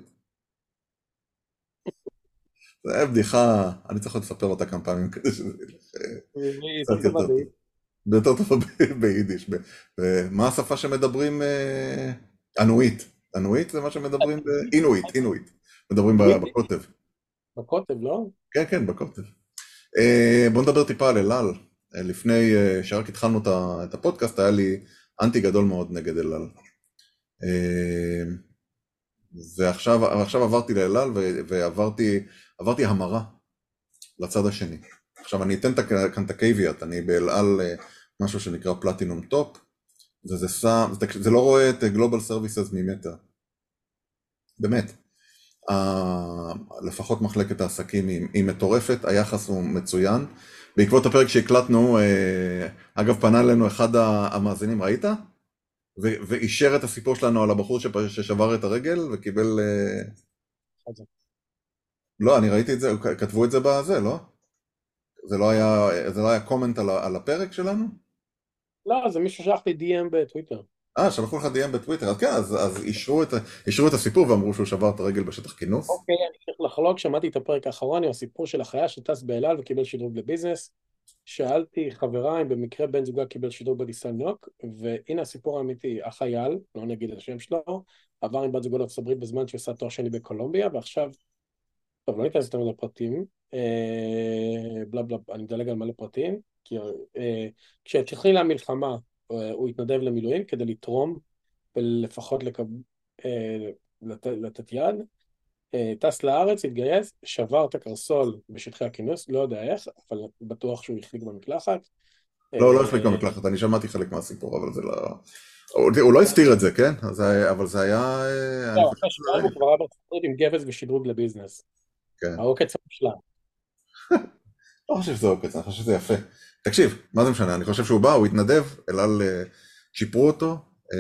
זה בדיחה, אני צריך לספר אותה כמה פעמים כדי שזה ילך קצת יותר טוב. יותר טוב ביידיש. מה השפה שמדברים? אנואית. אנואית זה מה שמדברים אינואית. מדברים בקוטב. בקוטב, לא? כן, כן, בקוטב. בוא נדבר טיפה על אל על. לפני שרק התחלנו את הפודקאסט, היה לי אנטי גדול מאוד נגד אל על. ועכשיו עברתי לאל על ועברתי המרה לצד השני. עכשיו אני אתן כאן את הקייביאט, אני באל על משהו שנקרא פלטינום טופ, זה לא רואה את גלובל סרוויסס ממטר. באמת. לפחות מחלקת העסקים היא מטורפת, היחס הוא מצוין. בעקבות הפרק שהקלטנו, אגב פנה אלינו אחד המאזינים, ראית? ואישר את הסיפור שלנו על הבחור ששבר את הרגל וקיבל... לא, אני ראיתי את זה, כתבו את זה בזה, לא? זה לא היה קומנט על הפרק שלנו? לא, זה מישהו שלח לי DM בטוויטר. שלחו לך DM בטוויטר, אז כן, אז אישרו את הסיפור ואמרו שהוא שבר את הרגל בשטח כינוס. אוקיי, אני צריך לחלוק, שמעתי את הפרק האחרון עם הסיפור של החייל שטס באל על וקיבל שדרוג לביזנס. שאלתי חברה אם במקרה בן זוגה קיבל שדרוג בטיסה ניו יורק, והנה הסיפור האמיתי, החייל, לא נגיד את השם שלו, עבר עם בת זוגו לארצות הברית בזמן שעשה תואר שני בקולומביה, ועכשיו, טוב, לא ניכנס יותר לפרטים, בלה בלה, אני מדלג על מלא פרטים, כי כשהתחילה המלחמה, הוא התנדב למילואים כדי לתרום ולפחות לתת יד, טס לארץ, התגייס, שבר את הקרסול בשטחי הכינוס, לא יודע איך, אבל בטוח שהוא החליק במקלחת. לא החליק במקלחת, אני שמעתי חלק מהסיפור, אבל זה לא... הוא לא הסתיר את זה, כן? אבל זה היה... לא, אחרי שבועיים הוא כבר היה בארצות הברית עם גבס ושדרוג לביזנס. כן. העוקץ המושלם. לא חושב שזה עוקץ, אני חושב שזה יפה. תקשיב, מה זה משנה? אני חושב שהוא בא, הוא התנדב, אל על שיפרו אותו.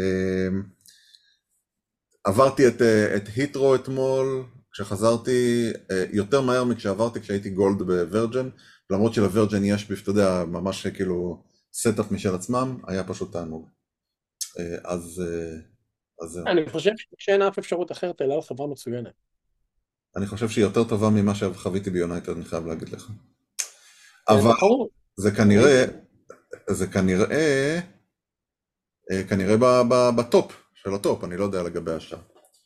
עברתי את היטרו אתמול, כשחזרתי יותר מהר מכשעברתי כשהייתי גולד בוורג'ן, למרות שלוורג'ן יש, אתה יודע, ממש כאילו סטאפ משל עצמם, היה פשוט תענוג. אז זהו. אני חושב שאין אף אפשרות אחרת, אלא חברה מצוינת. אני חושב שהיא יותר טובה ממה שחוויתי ביונייטד, אני חייב להגיד לך. אבל זה כנראה בטופ של הטופ, אני לא יודע לגבי השאר.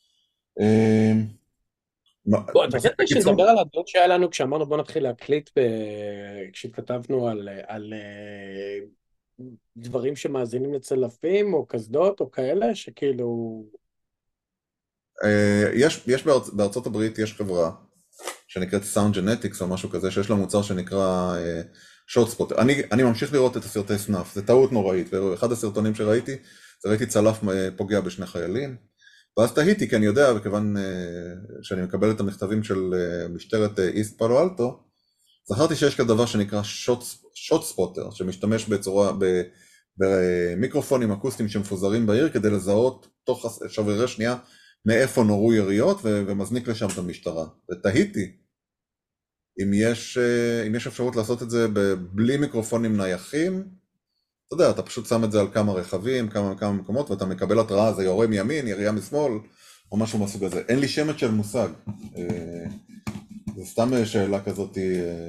בוא, אתה רוצה שנדבר על הדיון שהיה לנו כשאמרנו בוא נתחיל להקליט, כשכתבנו על דברים שמאזינים לצלפים או קסדות או כאלה, שכאילו... יש בארצות הברית יש חברה שנקראת Sound Genetics או משהו כזה, שיש לה מוצר שנקרא ShotSpotter. אני ממשיך לראות את הסרטי סנאף, זה טעות נוראית, ואחד הסרטונים שראיתי, זה ראיתי צלף פוגע בשני חיילים, ואז תהיתי, כי אני יודע, וכיוון שאני מקבל את המכתבים של משטרת איסט פאלו אלטו, זכרתי שיש כזה דבר שנקרא ShotSpotter, שמשתמש במיקרופונים אקוסטיים שמפוזרים בעיר, כדי לזהות תוך שברירי שנייה מאיפה נורו יריות, ומזניק לשם את המשטרה. ותהיתי, אם יש אפשרות לעשות את זה בלי מיקרופונים נייחים, אתה יודע, אתה פשוט שם את זה על כמה רכבים, כמה מקומות, ואתה מקבל התראה, זה יורה מימין, ירייה משמאל, או משהו מסוג הזה. אין לי שמץ של מושג. זה סתם שאלה כזאת.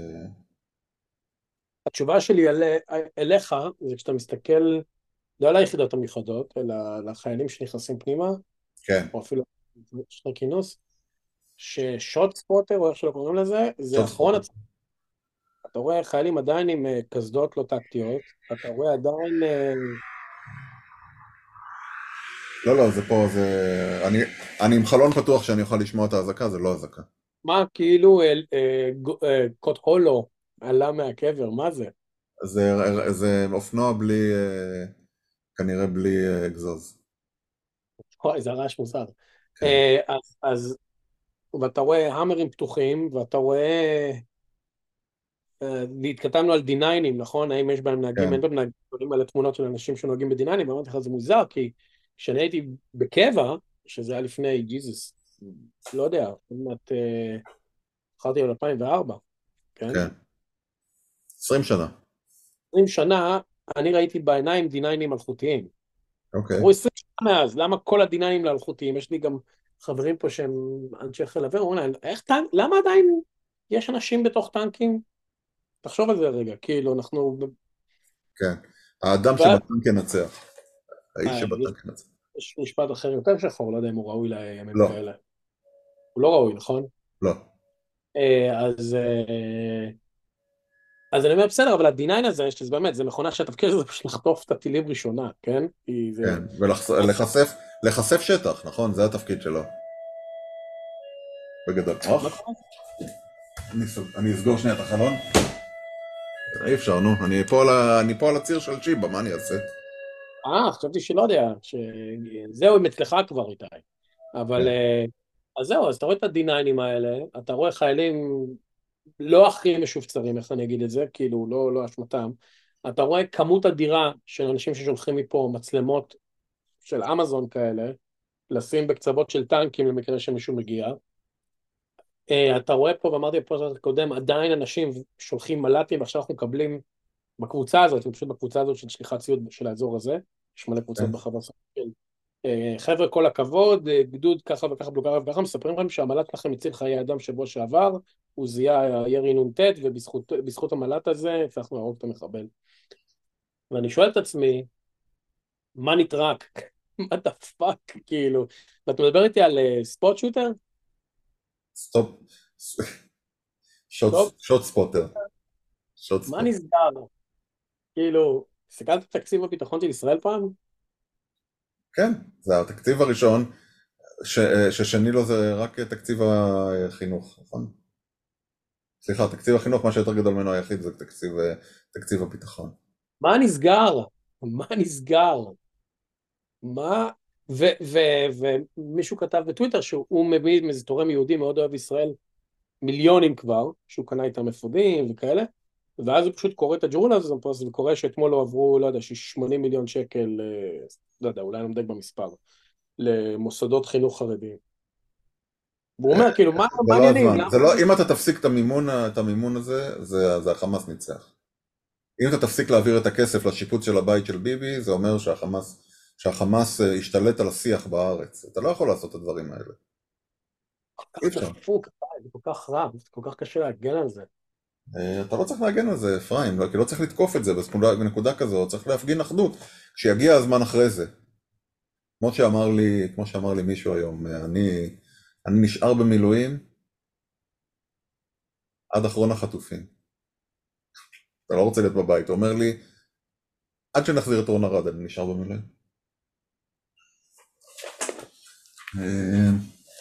התשובה שלי אליך, זה כשאתה מסתכל, לא על היחידות המיוחדות, אלא לחיילים שנכנסים פנימה, כן. או אפילו שני כינוס, ששוט ספוטר, או איך שלא קוראים לזה, זה אחרון הצלפים. אתה רואה חיילים עדיין עם קסדות לא טקטיות, אתה רואה עדיין... לא, לא, זה פה, אני עם חלון פתוח שאני אוכל לשמוע את האזעקה, זה לא אזעקה. מה, כאילו קוד הולו עלה מהקבר, מה זה? זה אופנוע בלי, כנראה בלי אגזוז. אוי, זה רעש מוזר. כן, ואתה רואה המרים פתוחים, ואתה רואה, התכתבנו על D9, נכון? האם יש בהם נהגים, כן, אין בהם נהגים, עולים על התמונות של אנשים שנוהגים ב-D9, ואמרתי לך, זה מוזר, כי כשאני הייתי בקבע, שזה היה לפני, ג'יזוס, לא יודע, עוד מעט, התחלתי על 2004, כן? כן. 20 שנה. 20 שנה, אני ראיתי בעיניים D9 מלכותיים. אוקיי. עברו 20 שנה מאז, למה כל ה-D9 לאלחוטיים? יש לי גם חברים פה שהם אנשי חיל האוויר, אומרים להם, למה עדיין יש אנשים בתוך טנקים? תחשוב על זה רגע, כאילו אנחנו... כן. האדם ואז שבטנק ינצח. האיש יש שבטנק ינצח. יש משפט אחר יותר שחור, לא יודע אם הוא ראוי לימים לא, כאלה. הוא לא ראוי, נכון? לא. אז אני אומר, בסדר, אבל ה-D9 הזה, שזה באמת, זה מכונה שהתפקיד הזה פשוט לחטוף את הטילים ראשונה, כן? כי זה... כן, ולחשף שטח, נכון? זה התפקיד שלו. בגדול. מה קורה? אני אסגור שנייה את החלון. אי אפשר, נו. אני פה על הציר של צ'יבה, מה אני אעשה? חשבתי שלא יודע, שזהו, הם אצלך כבר איתי. אבל, כן, אז זהו, אז אתה רואה את ה-D9 האלה, אתה רואה חיילים לא הכי משופצרים, איך אני אגיד את זה, כאילו, לא אשמתם. אתה רואה כמות אדירה של אנשים ששולחים מפה מצלמות של אמזון כאלה, לשים בקצוות של טנקים למקרה שמישהו מגיע. אתה רואה פה, ואמרתי בפרק הקודם, עדיין אנשים שולחים מל"טים, ועכשיו אנחנו מקבלים בקבוצה הזאת, פשוט בקבוצה הזאת של שליחת ציוד של האזור הזה, יש מלא קבוצות כן. בחבר סגל. חבר'ה, כל הכבוד, גדוד ככה וככה, בלוגר וככה, מספרים לכם שהמל"ט לכם הציל חיי אדם שבוע שעבר, הוא זיהה ירי נ"ט, ובזכות המל"ט הזה הצלחנו להרוג את המחבל. ואני שואל את עצמי, מה נטרק? מה דה פאק, כאילו? ואתה מדבר איתי על ספוט שוטר? סטופ. טוב, שוט ספוטר. שוט מה ספוטר. נסגר? כאילו, הסתכלת על תקציב הביטחון של ישראל פעם? כן, זה התקציב הראשון, ששני לו זה רק תקציב החינוך, נכון? סליחה, תקציב החינוך, מה שיותר גדול ממנו היחיד זה תקציב הביטחון. מה נסגר? מה נסגר? מה... ומישהו כתב בטוויטר שהוא מביא מאיזה תורם יהודי מאוד אוהב ישראל, מיליונים כבר, שהוא קנה איתם אפודים וכאלה, ואז הוא פשוט קורא את הג'ורנל הזה וקורא שאתמול לא עברו, לא יודע, 80 מיליון שקל, לא יודע, אולי אני מדייק במספר, למוסדות חינוך חרדיים. והוא אומר, כאילו, מה זה לא העניינים? הזמן, זה לא, אם אתה תפסיק את המימון הזה, זה החמאס ניצח. אם אתה תפסיק להעביר את הכסף לשיפוץ של הבית של ביבי, זה אומר שהחמאס השתלט על השיח בארץ. אתה לא יכול לעשות את הדברים האלה. כל אי כך אפשר. דפוק, זה כל כך רע, זה כל כך קשה להגן על זה. אתה לא צריך להגן על זה, אפרים, כי לא צריך לתקוף את זה בנקודה כזו, צריך להפגין אחדות, כשיגיע הזמן אחרי זה. כמו שאמר לי מישהו היום, אני נשאר במילואים עד אחרון החטופים. אתה לא רוצה להיות בבית, הוא אומר לי, עד שנחזיר את רון ארד, אני נשאר במילואים. אה,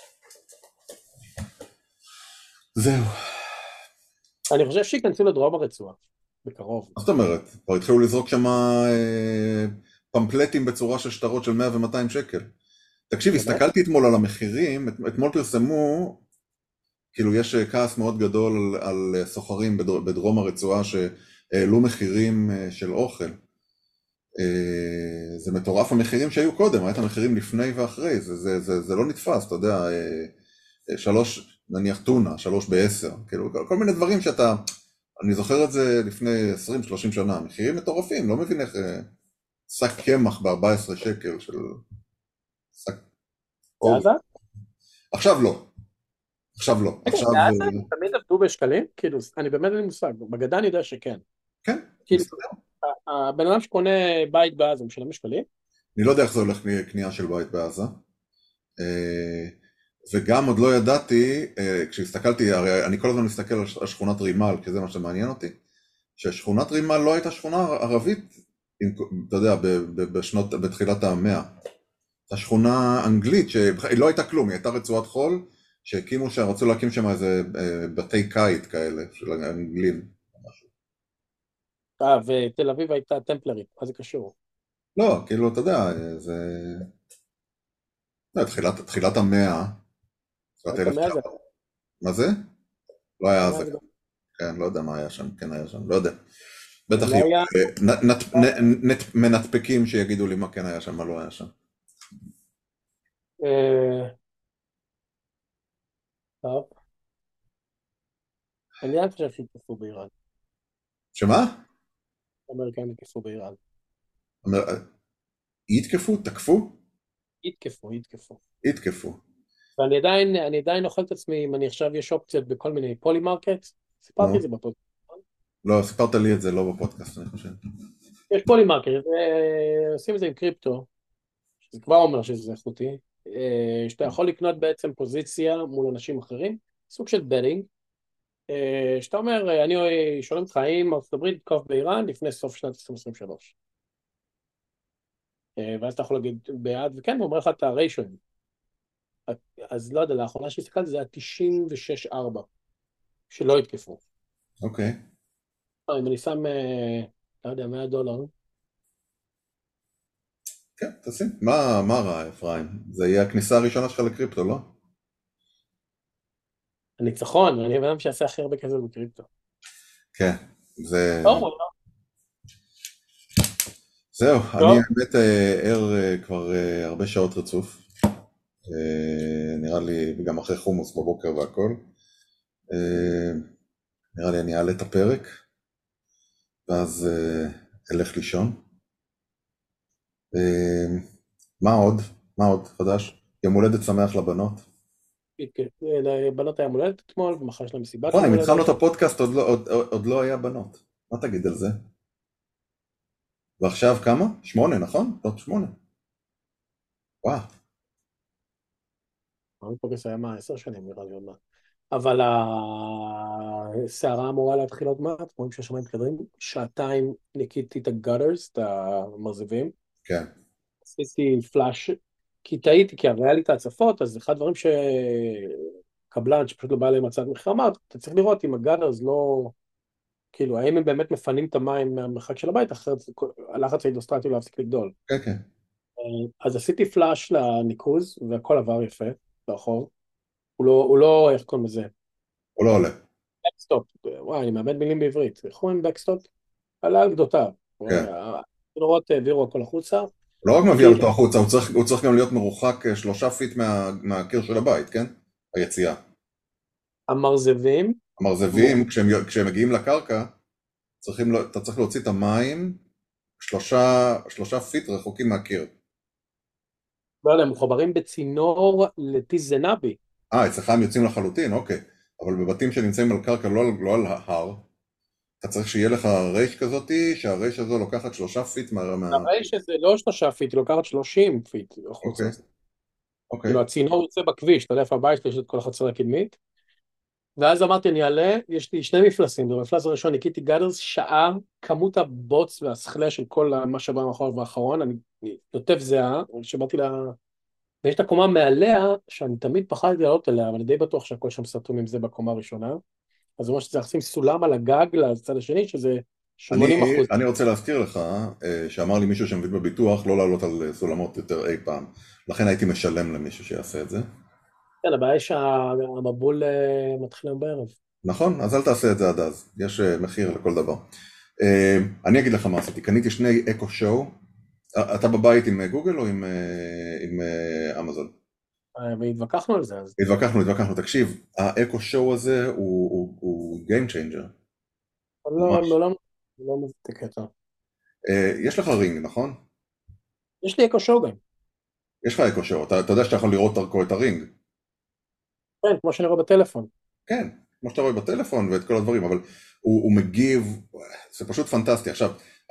זהו. אני חושב שייכנסו לדרום הרצועה, בקרוב. מה זאת אומרת? כבר התחילו לזרוק שם פמפלטים בצורה של שטרות של 100 ו-200 שקל. תקשיב, באמת? הסתכלתי אתמול על המחירים, אתמול פרסמו, כאילו יש כעס מאוד גדול על סוחרים בדרום הרצועה שהעלו מחירים של אוכל. זה מטורף המחירים שהיו קודם, היית המחירים לפני ואחרי, זה לא נתפס, אתה יודע, נניח טונה, 3 ב-10, כאילו כל מיני דברים אני זוכר את זה לפני 20-30 שנה, מחירים מטורפים, לא מבין איך שק קמח ב-14 שקל של שק אורז. בעזה? עכשיו לא, עכשיו לא, רגע, עכשיו, בעזה הם תמיד עבדו בשקלים? כאילו, אני באמת אין לי מושג, בגדה אני יודע שכן. כן, כאילו, מסתדר. הבן אדם שקונה בית בעזה משלם בשקלים? אני לא יודע איך זה הולך קנייה של בית בעזה. וגם עוד לא ידעתי, כשהסתכלתי, הרי אני כל הזמן מסתכל על שכונת רימל, כי זה מה שמעניין אותי, ששכונת רימל לא הייתה שכונה ערבית, אתה יודע, בתחילת המאה. זו שכונה אנגלית שהיא לא הייתה כלום, היא הייתה רצועת חול, שהקימו רצו להקים שם איזה בתי קיט כאלה, של אנגלים. ותל אביב הייתה טמפלרית, מה זה קשור? לא, כאילו, אתה יודע, זה... לא, תחילת המאה, תחילת רק המאה זה... 1900. מה זה? לא היה המאה זה. זה גם... כן, לא יודע מה היה שם, כן היה שם, לא יודע. בטח לא יהיו היה... מנתפקים שיגידו לי מה כן היה שם, מה לא היה שם. אה, טוב, אני רק חושב שיתקפו באיראן. שמה? האמריקאים יתקפו באיראן. אומר, יתקפו? תקפו? יתקפו, יתקפו. יתקפו. ואני עדיין אוכל את עצמי, אם אני עכשיו יש אופציות בכל מיני פולי מרקט, סיפרתי את נו. זה בפודקאסט. לא, סיפרת לי את זה לא בפודקאסט, אני חושב. יש פולי מרקט, עושים את זה עם קריפטו, שזה כבר אומר שזה איכותי, שאתה יכול לקנות בעצם פוזיציה מול אנשים אחרים, סוג של בטינג, שאתה אומר, אני שואל אותך האם ארצות הברית תתקוף באיראן לפני סוף שנת 2023. ואז אתה יכול להגיד בעד, וכן, הוא אומר לך את הריישוים. אז לא יודע, לאחרונה שהסתכלתי זה היה 96-4, שלא יתקפו. אוקיי. אם אני שם, לא יודע, $100, כן, תשים. מה רע, אפרים? זה יהיה הכניסה הראשונה שלך לקריפטו, לא? הניצחון, אני אדם שיעשה הכי הרבה כסף בקריפטו. כן, זה... טוב, זהו, אני טוב, האמת ער כבר הרבה שעות רצוף. נראה לי, גם אחרי חומוס בבוקר והכל. נראה לי אני אעלה את הפרק, ואז אלך לישון. מה עוד? מה עוד חדש? יום הולדת שמח לבנות. לבנות היה מולדת אתמול, ומחר יש להם מסיבת נכון, יום אם הולדת. התחלנו את הפודקאסט עוד לא היה בנות. מה תגיד על זה? ועכשיו כמה? 8, נכון? לא, 8. וואו. הפודקאסט היה מה, 10 שנים נראה לי עוד מעט. אבל הסערה אמורה להתחיל עוד מעט, רואים שהשמיים מתקדרים, שעתיים ניקיתי את הגאטרס, את המרזבים, כן, עשיתי פלאש, כי טעיתי, כי הרי היה לי את ההצפות, אז אחד הדברים שקבלן שפשוט לא בא להם הצעת מחיר, אמר, אתה צריך לראות אם הגאטרס לא, כאילו, האם הם באמת מפנים את המים מהמרחק של הבית, אחרת הלחץ ההידרוסטטי לא להפסיק לגדול. כן, כן. אז עשיתי פלאש לניקוז, והכל עבר יפה, ברחוב. הוא לא, איך קוראים לזה? הוא לא עולה. בקסטופ, וואי, אני מאבד מילים בעברית. איך קוראים בקסטופ? עלה על גדותיו. כן. צינורות העבירו הכל החוצה. לא רק מביא כי אותו החוצה, הוא צריך גם להיות מרוחק 3 פיט מהקיר של הבית, כן? היציאה. המרזבים, המרזבים, כשהם מגיעים לקרקע, אתה צריך להוציא את המים 3 פיט רחוקים מהקיר. לא יודע, מחוברים בצינור לטיס זנבי. אצלך הם יוצאים לחלוטין, אוקיי. אבל בבתים שנמצאים על קרקע, לא על ההר, אתה צריך שיהיה לך רייש כזאתי, שהרייש הזו לוקחת 3 פיט הרי שזה לא 3 פיט, היא לוקחת 30 פיט החוצה. אוקיי, אוקיי. כאילו הצינור יוצא בכביש, אתה יודע איפה הבית, יש את כל החצר הקדמית. ואז אמרתי, אני אעלה, יש לי 2 מפלסים, במפלס הראשון ניקיתי גאדרס, שעה, כמות הבוץ והשכלה של כל מה שבא מאחור והאחרון, אני נוטף זהה, שבאתי לה... ויש את הקומה מעליה, שאני תמיד פחדתי לעלות אליה, אבל אני די בטוח שהכל שם סתום עם זה בקומה הראשונה, אז זה אומר שצריך לשים סולם על הגג לצד השני, שזה 80%. אני רוצה להזכיר לך שאמר לי מישהו שמבין בביטוח לא לעלות על סולמות יותר אי פעם, לכן הייתי משלם למישהו שיעשה את זה. כן, הבעיה היא שהמבול מתחיל היום בערב. נכון, אז אל תעשה את זה עד אז, יש מחיר לכל דבר. אני אגיד לך מה עשיתי, קניתי 2 אקו שואו, אתה בבית עם גוגל או עם אמזון? והתווכחנו על זה, אז... התווכחנו, תקשיב, האקו שואו הזה הוא Game Changer, ממש. לא מבין את הקטע. יש לך רינג, נכון? יש לי אקו שוגן. יש לך אקו שואו, אתה יודע שאתה יכול לראות דרכו את הרינג. כן, כמו שאני רואה בטלפון. כן, כמו שאתה רואה בטלפון ואת כל הדברים, אבל הוא מגיב, זה פשוט פנטסטי. עכשיו,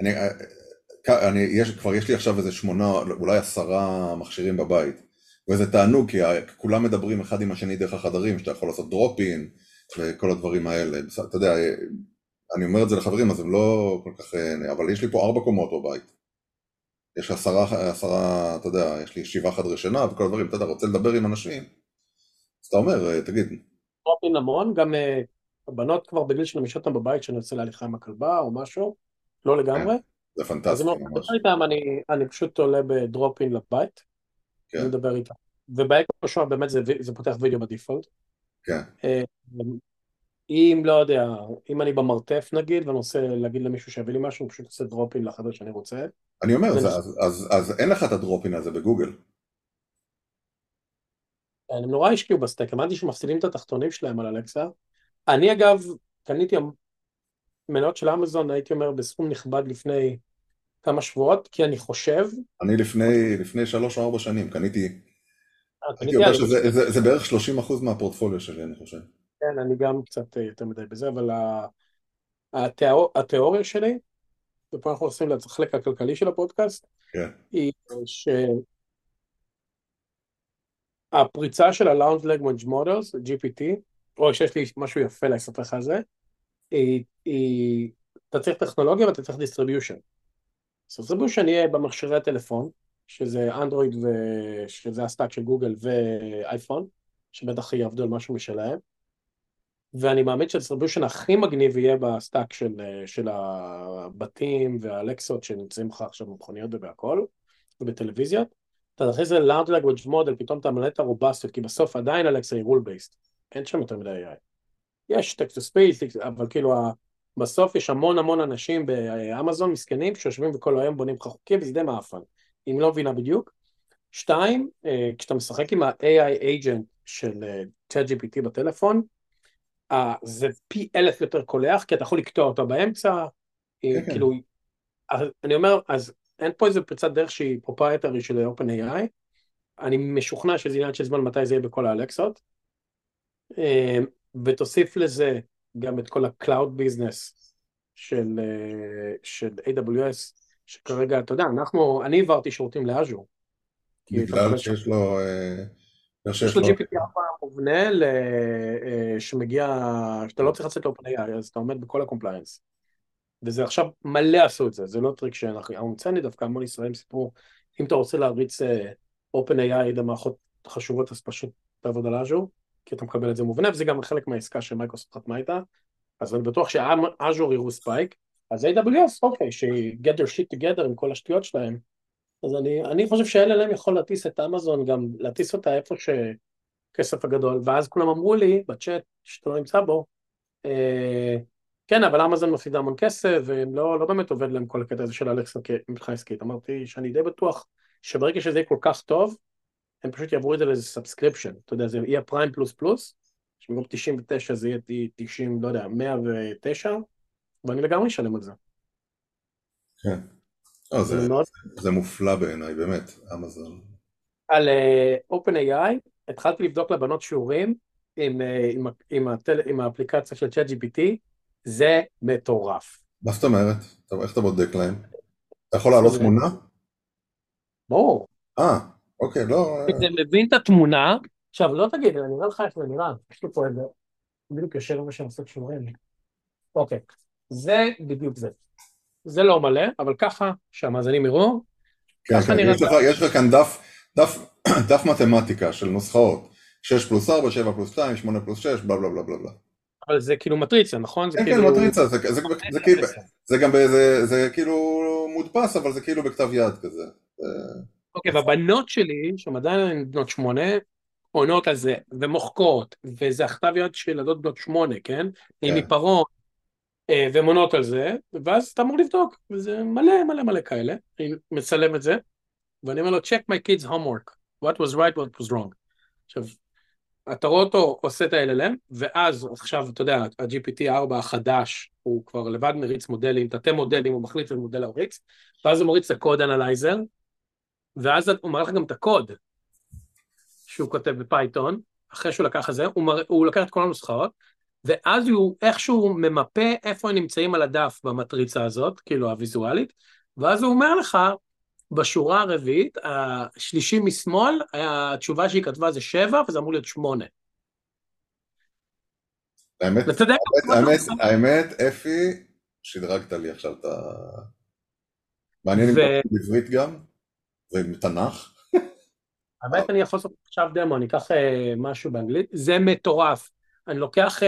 כבר יש לי עכשיו איזה 8, אולי 10 מכשירים בבית, וזה תענוג, כי כולם מדברים אחד עם השני דרך החדרים, שאתה יכול לעשות דרופין, וכל הדברים האלה. אתה יודע, אני אומר את זה לחברים, אז הם לא כל כך... אבל יש לי פה 4 קומות בבית. יש עשרה, אתה יודע, יש לי 7 חדרי שינה וכל הדברים, אתה יודע, רוצה לדבר עם אנשים, אז אתה אומר, תגיד, דרופין המון, גם הבנות כבר בגיל שאני משאיר אותן בבית, שאני יוצא להליכה עם הכלבה או משהו, לא כן, לגמרי. זה אז אם אני פנטסטי מדבר ממש, איתם, אני פשוט עולה בדרופין לבית, כן, ומדבר איתם. ובאקו שואה באמת זה פותח וידאו בדיפולט. כן. אה, אם לא יודע, אם אני במרתף נגיד, ואני רוצה להגיד למישהו שיביא לי משהו, הוא פשוט עושה דרופין לחדר שאני רוצה. אני אומר, זה אז אין לך את הדרופין הזה בגוגל. הם נורא השקיעו בסטייק, אמרתי שמפסידים את התחתונים שלהם על אלקסה. אני אגב, קניתי מניות של אמזון, הייתי אומר, בסכום נכבד לפני כמה שבועות, כי אני חושב, אני לפני 3 או 4 שנים הייתי קניתי אומר על ריבית, שזה בערך 30% מהפורטפוליו שלי, אני חושב. כן, אני גם קצת יותר מדי בזה, אבל התיאוריה שלי, ופה אנחנו עושים לחלק הכלכלי של הפודקאסט, כן, היא שהפריצה של ה-Large Language Models, GPT, או שיש לי משהו יפה לספר לך על זה, אתה צריך טכנולוגיה ואתה צריך distribution. distribution יהיה במכשירי הטלפון, שזה אנדרואיד שזה הסטאק של גוגל ואייפון, שבטח יעבדו על משהו משלהם, ואני מאמין שהדיסטריביושן הכי מגניב יהיה בסטאק של הבתים והאלקסות שנמצאים לך עכשיו במכוניות ובהכל, ובטלוויזיות. אתה תכניס את זה ל-Large Language Model, פתאום אתה מלא את הרובסטיות, כי בסוף עדיין אלקסה היא rule based, אין שם יותר מדי AI. יש text to space, אבל כאילו בסוף יש המון המון אנשים באמזון מסכנים שיושבים וכל היום בונים לך חוקים, וזה די מאפן, אם לא מבינה בדיוק. 2, כשאתה משחק עם ה-AI agent של ChatGPT בטלפון, זה פי 1000 יותר קולח, כי אתה יכול לקטוע אותו באמצע, כן, כן. כאילו, אני אומר, אז אין פה איזה פריצת דרך שהיא פרופרייטרי של OpenAI, אני משוכנע שזה עניין של זמן מתי זה יהיה בכל האלקסות, ותוסיף לזה גם את כל ה-Cloud Business של AWS, שכרגע, אתה יודע, אני העברתי שירותים לאז'ור, כי אתה בגלל מקבל שם, שיש לו, יש לו GPT-4 מובנה שמגיע, שאתה לא צריך לצאת ל-OpenAI, אז אתה עומד בכל ה-compliance. וזה עכשיו מלא עשו את זה, זה לא טריק שאנחנו המצאנו, דווקא המון ישראלים סיפרו, אם אתה רוצה להריץ OpenAI למערכות חשובות, אז פשוט תעבוד על אז'ור, כי אתה מקבל את זה מובנה, וזה גם חלק מהעסקה שמייקרוסופט חתמה איתה, אז אני בטוח שאז'ור יראו ספייק, אז AWS, אוקיי, ש-get their shit together עם כל השטויות שלהם, אז אני חושב ש-LLM יכול להטיס את אמזון, גם להטיס אותה איפה שכסף הגדול, ואז כולם אמרו לי בצ'אט, שאתה לא נמצא בו, כן, אבל אמזון מפסידה המון כסף, ולא באמת עובד להם כל הקטע הזה של אלכסה מבחינה עסקית. אמרתי שאני די בטוח שברגע שזה יהיה כל כך טוב, הם פשוט יעברו את זה לאיזה סאבסקריפשן. אתה יודע, זה יהיה פריים פלוס פלוס, שבמקום 99 זה יהיה 90, לא יודע, 109, ואני לגמרי אשלם על זה. כן. לא, אז אני מאוד... זה מופלא בעיניי, באמת, אמזון. על OpenAI, התחלתי לבדוק לבנות שיעורים עם האפליקציה של ChatGPT, זה מטורף. מה זאת אומרת? טוב, איך אתה בודק להם? אתה יכול להעלות תמונה? ברור. אה, אוקיי, לא... זה מבין את התמונה, עכשיו לא תגיד, אני אראה לך איך זה נראה, יש לי פה איזה, בדיוק יושב איפה שאני עושה שיעורים. אוקיי, זה בדיוק זה. זה לא מלא, אבל ככה שהמאזינים יראו, כן, ככה כן, נראה. יש לך כאן דף מתמטיקה של נוסחאות, 6 פלוס 4, 7 פלוס 2, 8 פלוס 6, בלה בלה בלה בלה בלה. אבל זה כאילו מטריצה, נכון? זה כן, כן, כאילו... מטריצה, זה גם זה כאילו מודפס, אבל זה כאילו בכתב יד כזה. אוקיי, והבנות שלי, שהן עדיין בנות 8, עונות על זה, ומוחקות, וזה הכתב יד של ילדות בנות 8, כן? עם כן, עיפרון, והן עונות על זה, ואז אתה אמור לבדוק, וזה מלא מלא מלא כאלה, אני מצלם את זה, ואני אומר לו, check my kids homework, what was right, what was wrong. עכשיו, אתה רואה אותו עושה את ה-LLM, ואז עכשיו, אתה יודע, ה-GPT-4 החדש, הוא כבר לבד מריץ מודלים, תתי מודלים, הוא מחליט על מודל הריץ, ואז הוא מריץ את הקוד אנלייזר, ואז הוא מראה לך גם את הקוד שהוא כותב בפייתון, אחרי שהוא לקח את זה, הוא לקח את כל הנוסחאות, ואז הוא איכשהו ממפה איפה הם נמצאים על הדף במטריצה הזאת, כאילו הוויזואלית, ואז הוא אומר לך, בשורה הרביעית, השלישי משמאל, התשובה שהיא כתבה זה 7, וזה אמור להיות 8. האמת, אפי, שדרגת לי עכשיו את ה... מעניין אם אתה יכול בעברית גם, ותנ"ך. האמת אני יכול לעשות עכשיו דמו, אני אקח משהו באנגלית, זה מטורף. אני לוקח,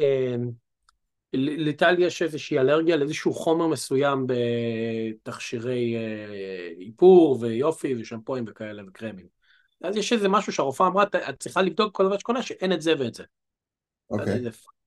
לטל יש איזושהי אלרגיה לאיזשהו חומר מסוים בתכשירי איפור ויופי ושמפויים וכאלה וקרמים. אז יש איזה משהו שהרופאה אמרה, את צריכה לבדוק כל דבר שקונה שאין את זה ואת זה. אוקיי,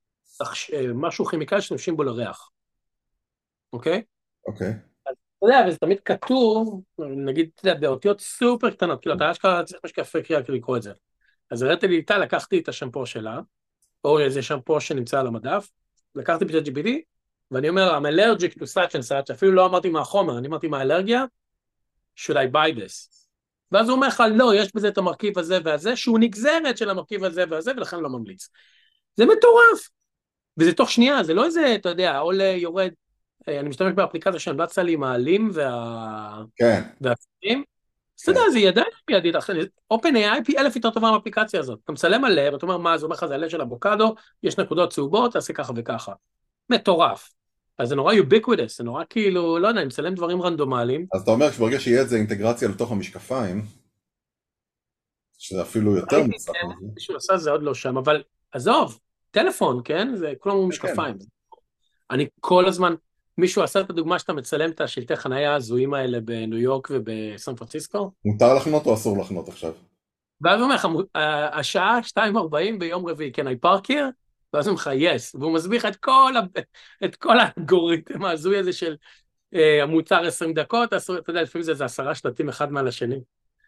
משהו כימיקלי שמשתמשים בו לריח, אוקיי? אוקיי. אתה יודע, וזה תמיד כתוב, נגיד, אתה יודע, באותיות סופר קטנות, כאילו, אתה אשכרה צריך משקפי קריאה כדי לקרוא את זה. אז הראיתי לי איתה, לקחתי את השמפו שלה, או איזה שמפו שנמצא על המדף, לקחתי פשוט GPT, ואני אומר, I'm allergic to such and such, אפילו לא אמרתי מה החומר, אני אמרתי מה האלרגיה, should I buy this? ואז הוא אומר לך, לא, יש בזה את המרכיב הזה והזה, שהוא נגזרת של המרכיב הזה והזה, ולכן לא ממליץ. זה מטורף. וזה תוך שנייה, זה לא איזה, אתה יודע, עולה, יורד, אני משתמש באפליקציה שהמלצה לי עם העלים כן, והצפים, אז אתה כן. יודע, זה ידיים בידית, OpenAI פי 1000 יותר טובה מהאפליקציה הזאת. אתה מצלם עליה, ואתה אומר, מה, זה אומר לך, זה עלה של אבוקדו, יש נקודות צהובות, תעשה ככה וככה. מטורף. אז זה נורא ubiquitous, זה נורא כאילו, לא יודע, אני מצלם דברים רנדומליים. אז אתה אומר שברגע שיהיה את זה אינטגרציה לתוך המשקפיים, שזה אפילו יותר ראיתי, מוצלח כן, מזה. מישהו עשה זה עוד לא שם, אבל עזוב, טלפון, כן? זה כולם כן, כן. משקפיים. אני כל הזמן, מישהו עשה את הדוגמה שאתה מצלם את השלטי חנייה הזויים האלה בניו יורק ובסן פרנסיסקו, מותר לחנות או אסור לחנות עכשיו? ואז הוא אומר לך, השעה 2:40 ביום רביעי, כן, I park here? ואז הוא אומר לך, yes, והוא מסביר לך את כל האלגוריתם ההזוי הזה של המוצר 20 דקות, אתה יודע, לפעמים זה 10 שלטים אחד מעל השני.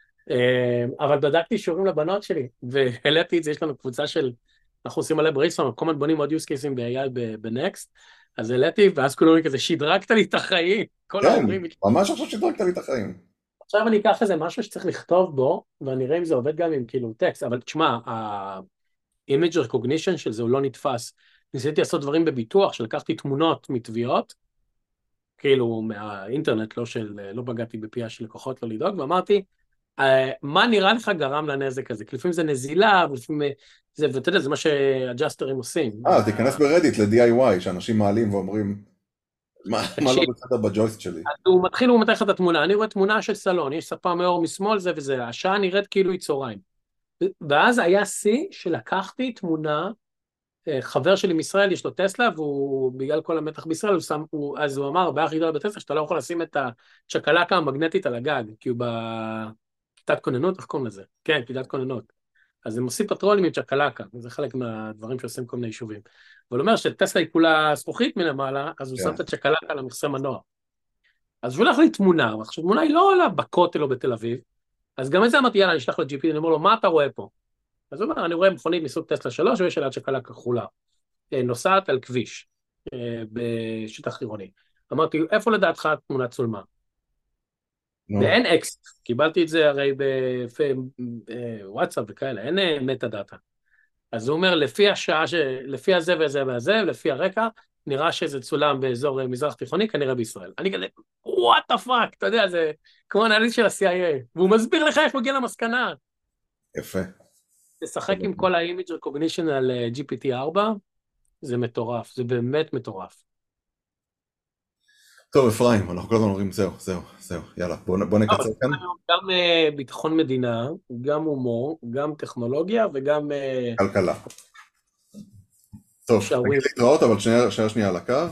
אבל בדקתי שיעורים לבנות שלי, והעליתי את זה, יש לנו קבוצה של, אנחנו עושים עליה ברייסטורם, כל הזמן בונים עוד use cases ב-AI בנקסט, אז העליתי, ואז כולם אומרים כזה, שדרגת לי את החיים, כל כן, ההורים. ממש עכשיו שדרגת לי את החיים. עכשיו אני אקח איזה משהו שצריך לכתוב בו, ואני אראה אם זה עובד גם עם כאילו טקסט, אבל תשמע, ה-image recognition של זה הוא לא נתפס. ניסיתי לעשות דברים בביטוח, שלקחתי תמונות מתביעות, כאילו מהאינטרנט, לא פגעתי בפיה של לקוחות, לא לדאוג, ואמרתי, מה נראה לך גרם לנזק הזה? כי לפעמים זה נזילה, ולפעמים זה, ואתה יודע, זה מה שהג'אסטרים עושים. תיכנס ברדיט ל-DIY, שאנשים מעלים ואומרים, מה לא בסדר בג'ויסט שלי? אז הוא מתח לך את התמונה, אני רואה תמונה של סלון, יש ספה מאור משמאל זה וזה, השעה נראית כאילו היא צהריים. ואז היה שיא שלקחתי תמונה, חבר שלי מישראל, יש לו טסלה, והוא, בגלל כל המתח בישראל, אז הוא אמר, הבעיה הכי גדולה בטסלה, שאתה לא יכול לשים את הצ'קלקה המגנטית על הגג, כי הוא בכיתת כוננות, איך קוראים לזה? כן, כיתת כוננות. אז הם עושים פטרולים עם צ'קלקה, וזה חלק מהדברים שעושים כל מיני יישובים. אבל הוא אומר שטסלה היא כולה זכוכית מלמעלה, אז הוא שם את הצ'קלקה על המכסה מנוע. אז הוא הולך לי תמונה, עכשיו תמונה היא לא עולה בכותל או בתל אביב, אז גם את זה אמרתי, יאללה, אני אשלח ל-GP, אני אומר לו, מה אתה רואה פה? אז הוא אומר, אני רואה מכונית מסוג טסלה 3, ויש עליה צ'קלקה כחולה, נוסעת על כביש, בשטח עירוני. אמרתי, איפה לדעתך תמונה צולמה? ואין אקסט, קיבלתי את זה הרי בוואטסאפ וכאלה, אין מטה דאטה. אז הוא אומר, לפי השעה, לפי הזה וזה וזה, ולפי הרקע, נראה שזה צולם באזור מזרח תיכוני, כנראה בישראל. אני כזה, what the fuck, אתה יודע, זה כמו אנליסט של ה-CIA, והוא מסביר לך איך מגיע למסקנה. יפה. לשחק עם כל ה-image recognition על GPT-4, זה מטורף, זה באמת מטורף. טוב, אפרים, אנחנו כל הזמן אומרים, זהו, יאללה, בוא נקצר כאן. גם ביטחון מדינה, גם הומור, גם טכנולוגיה וגם... כלכלה. טוב, נגיד להתראות, אבל שנייה על הקו.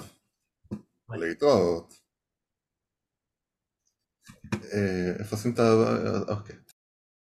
להתראות. איפה עושים את ה... אוקיי.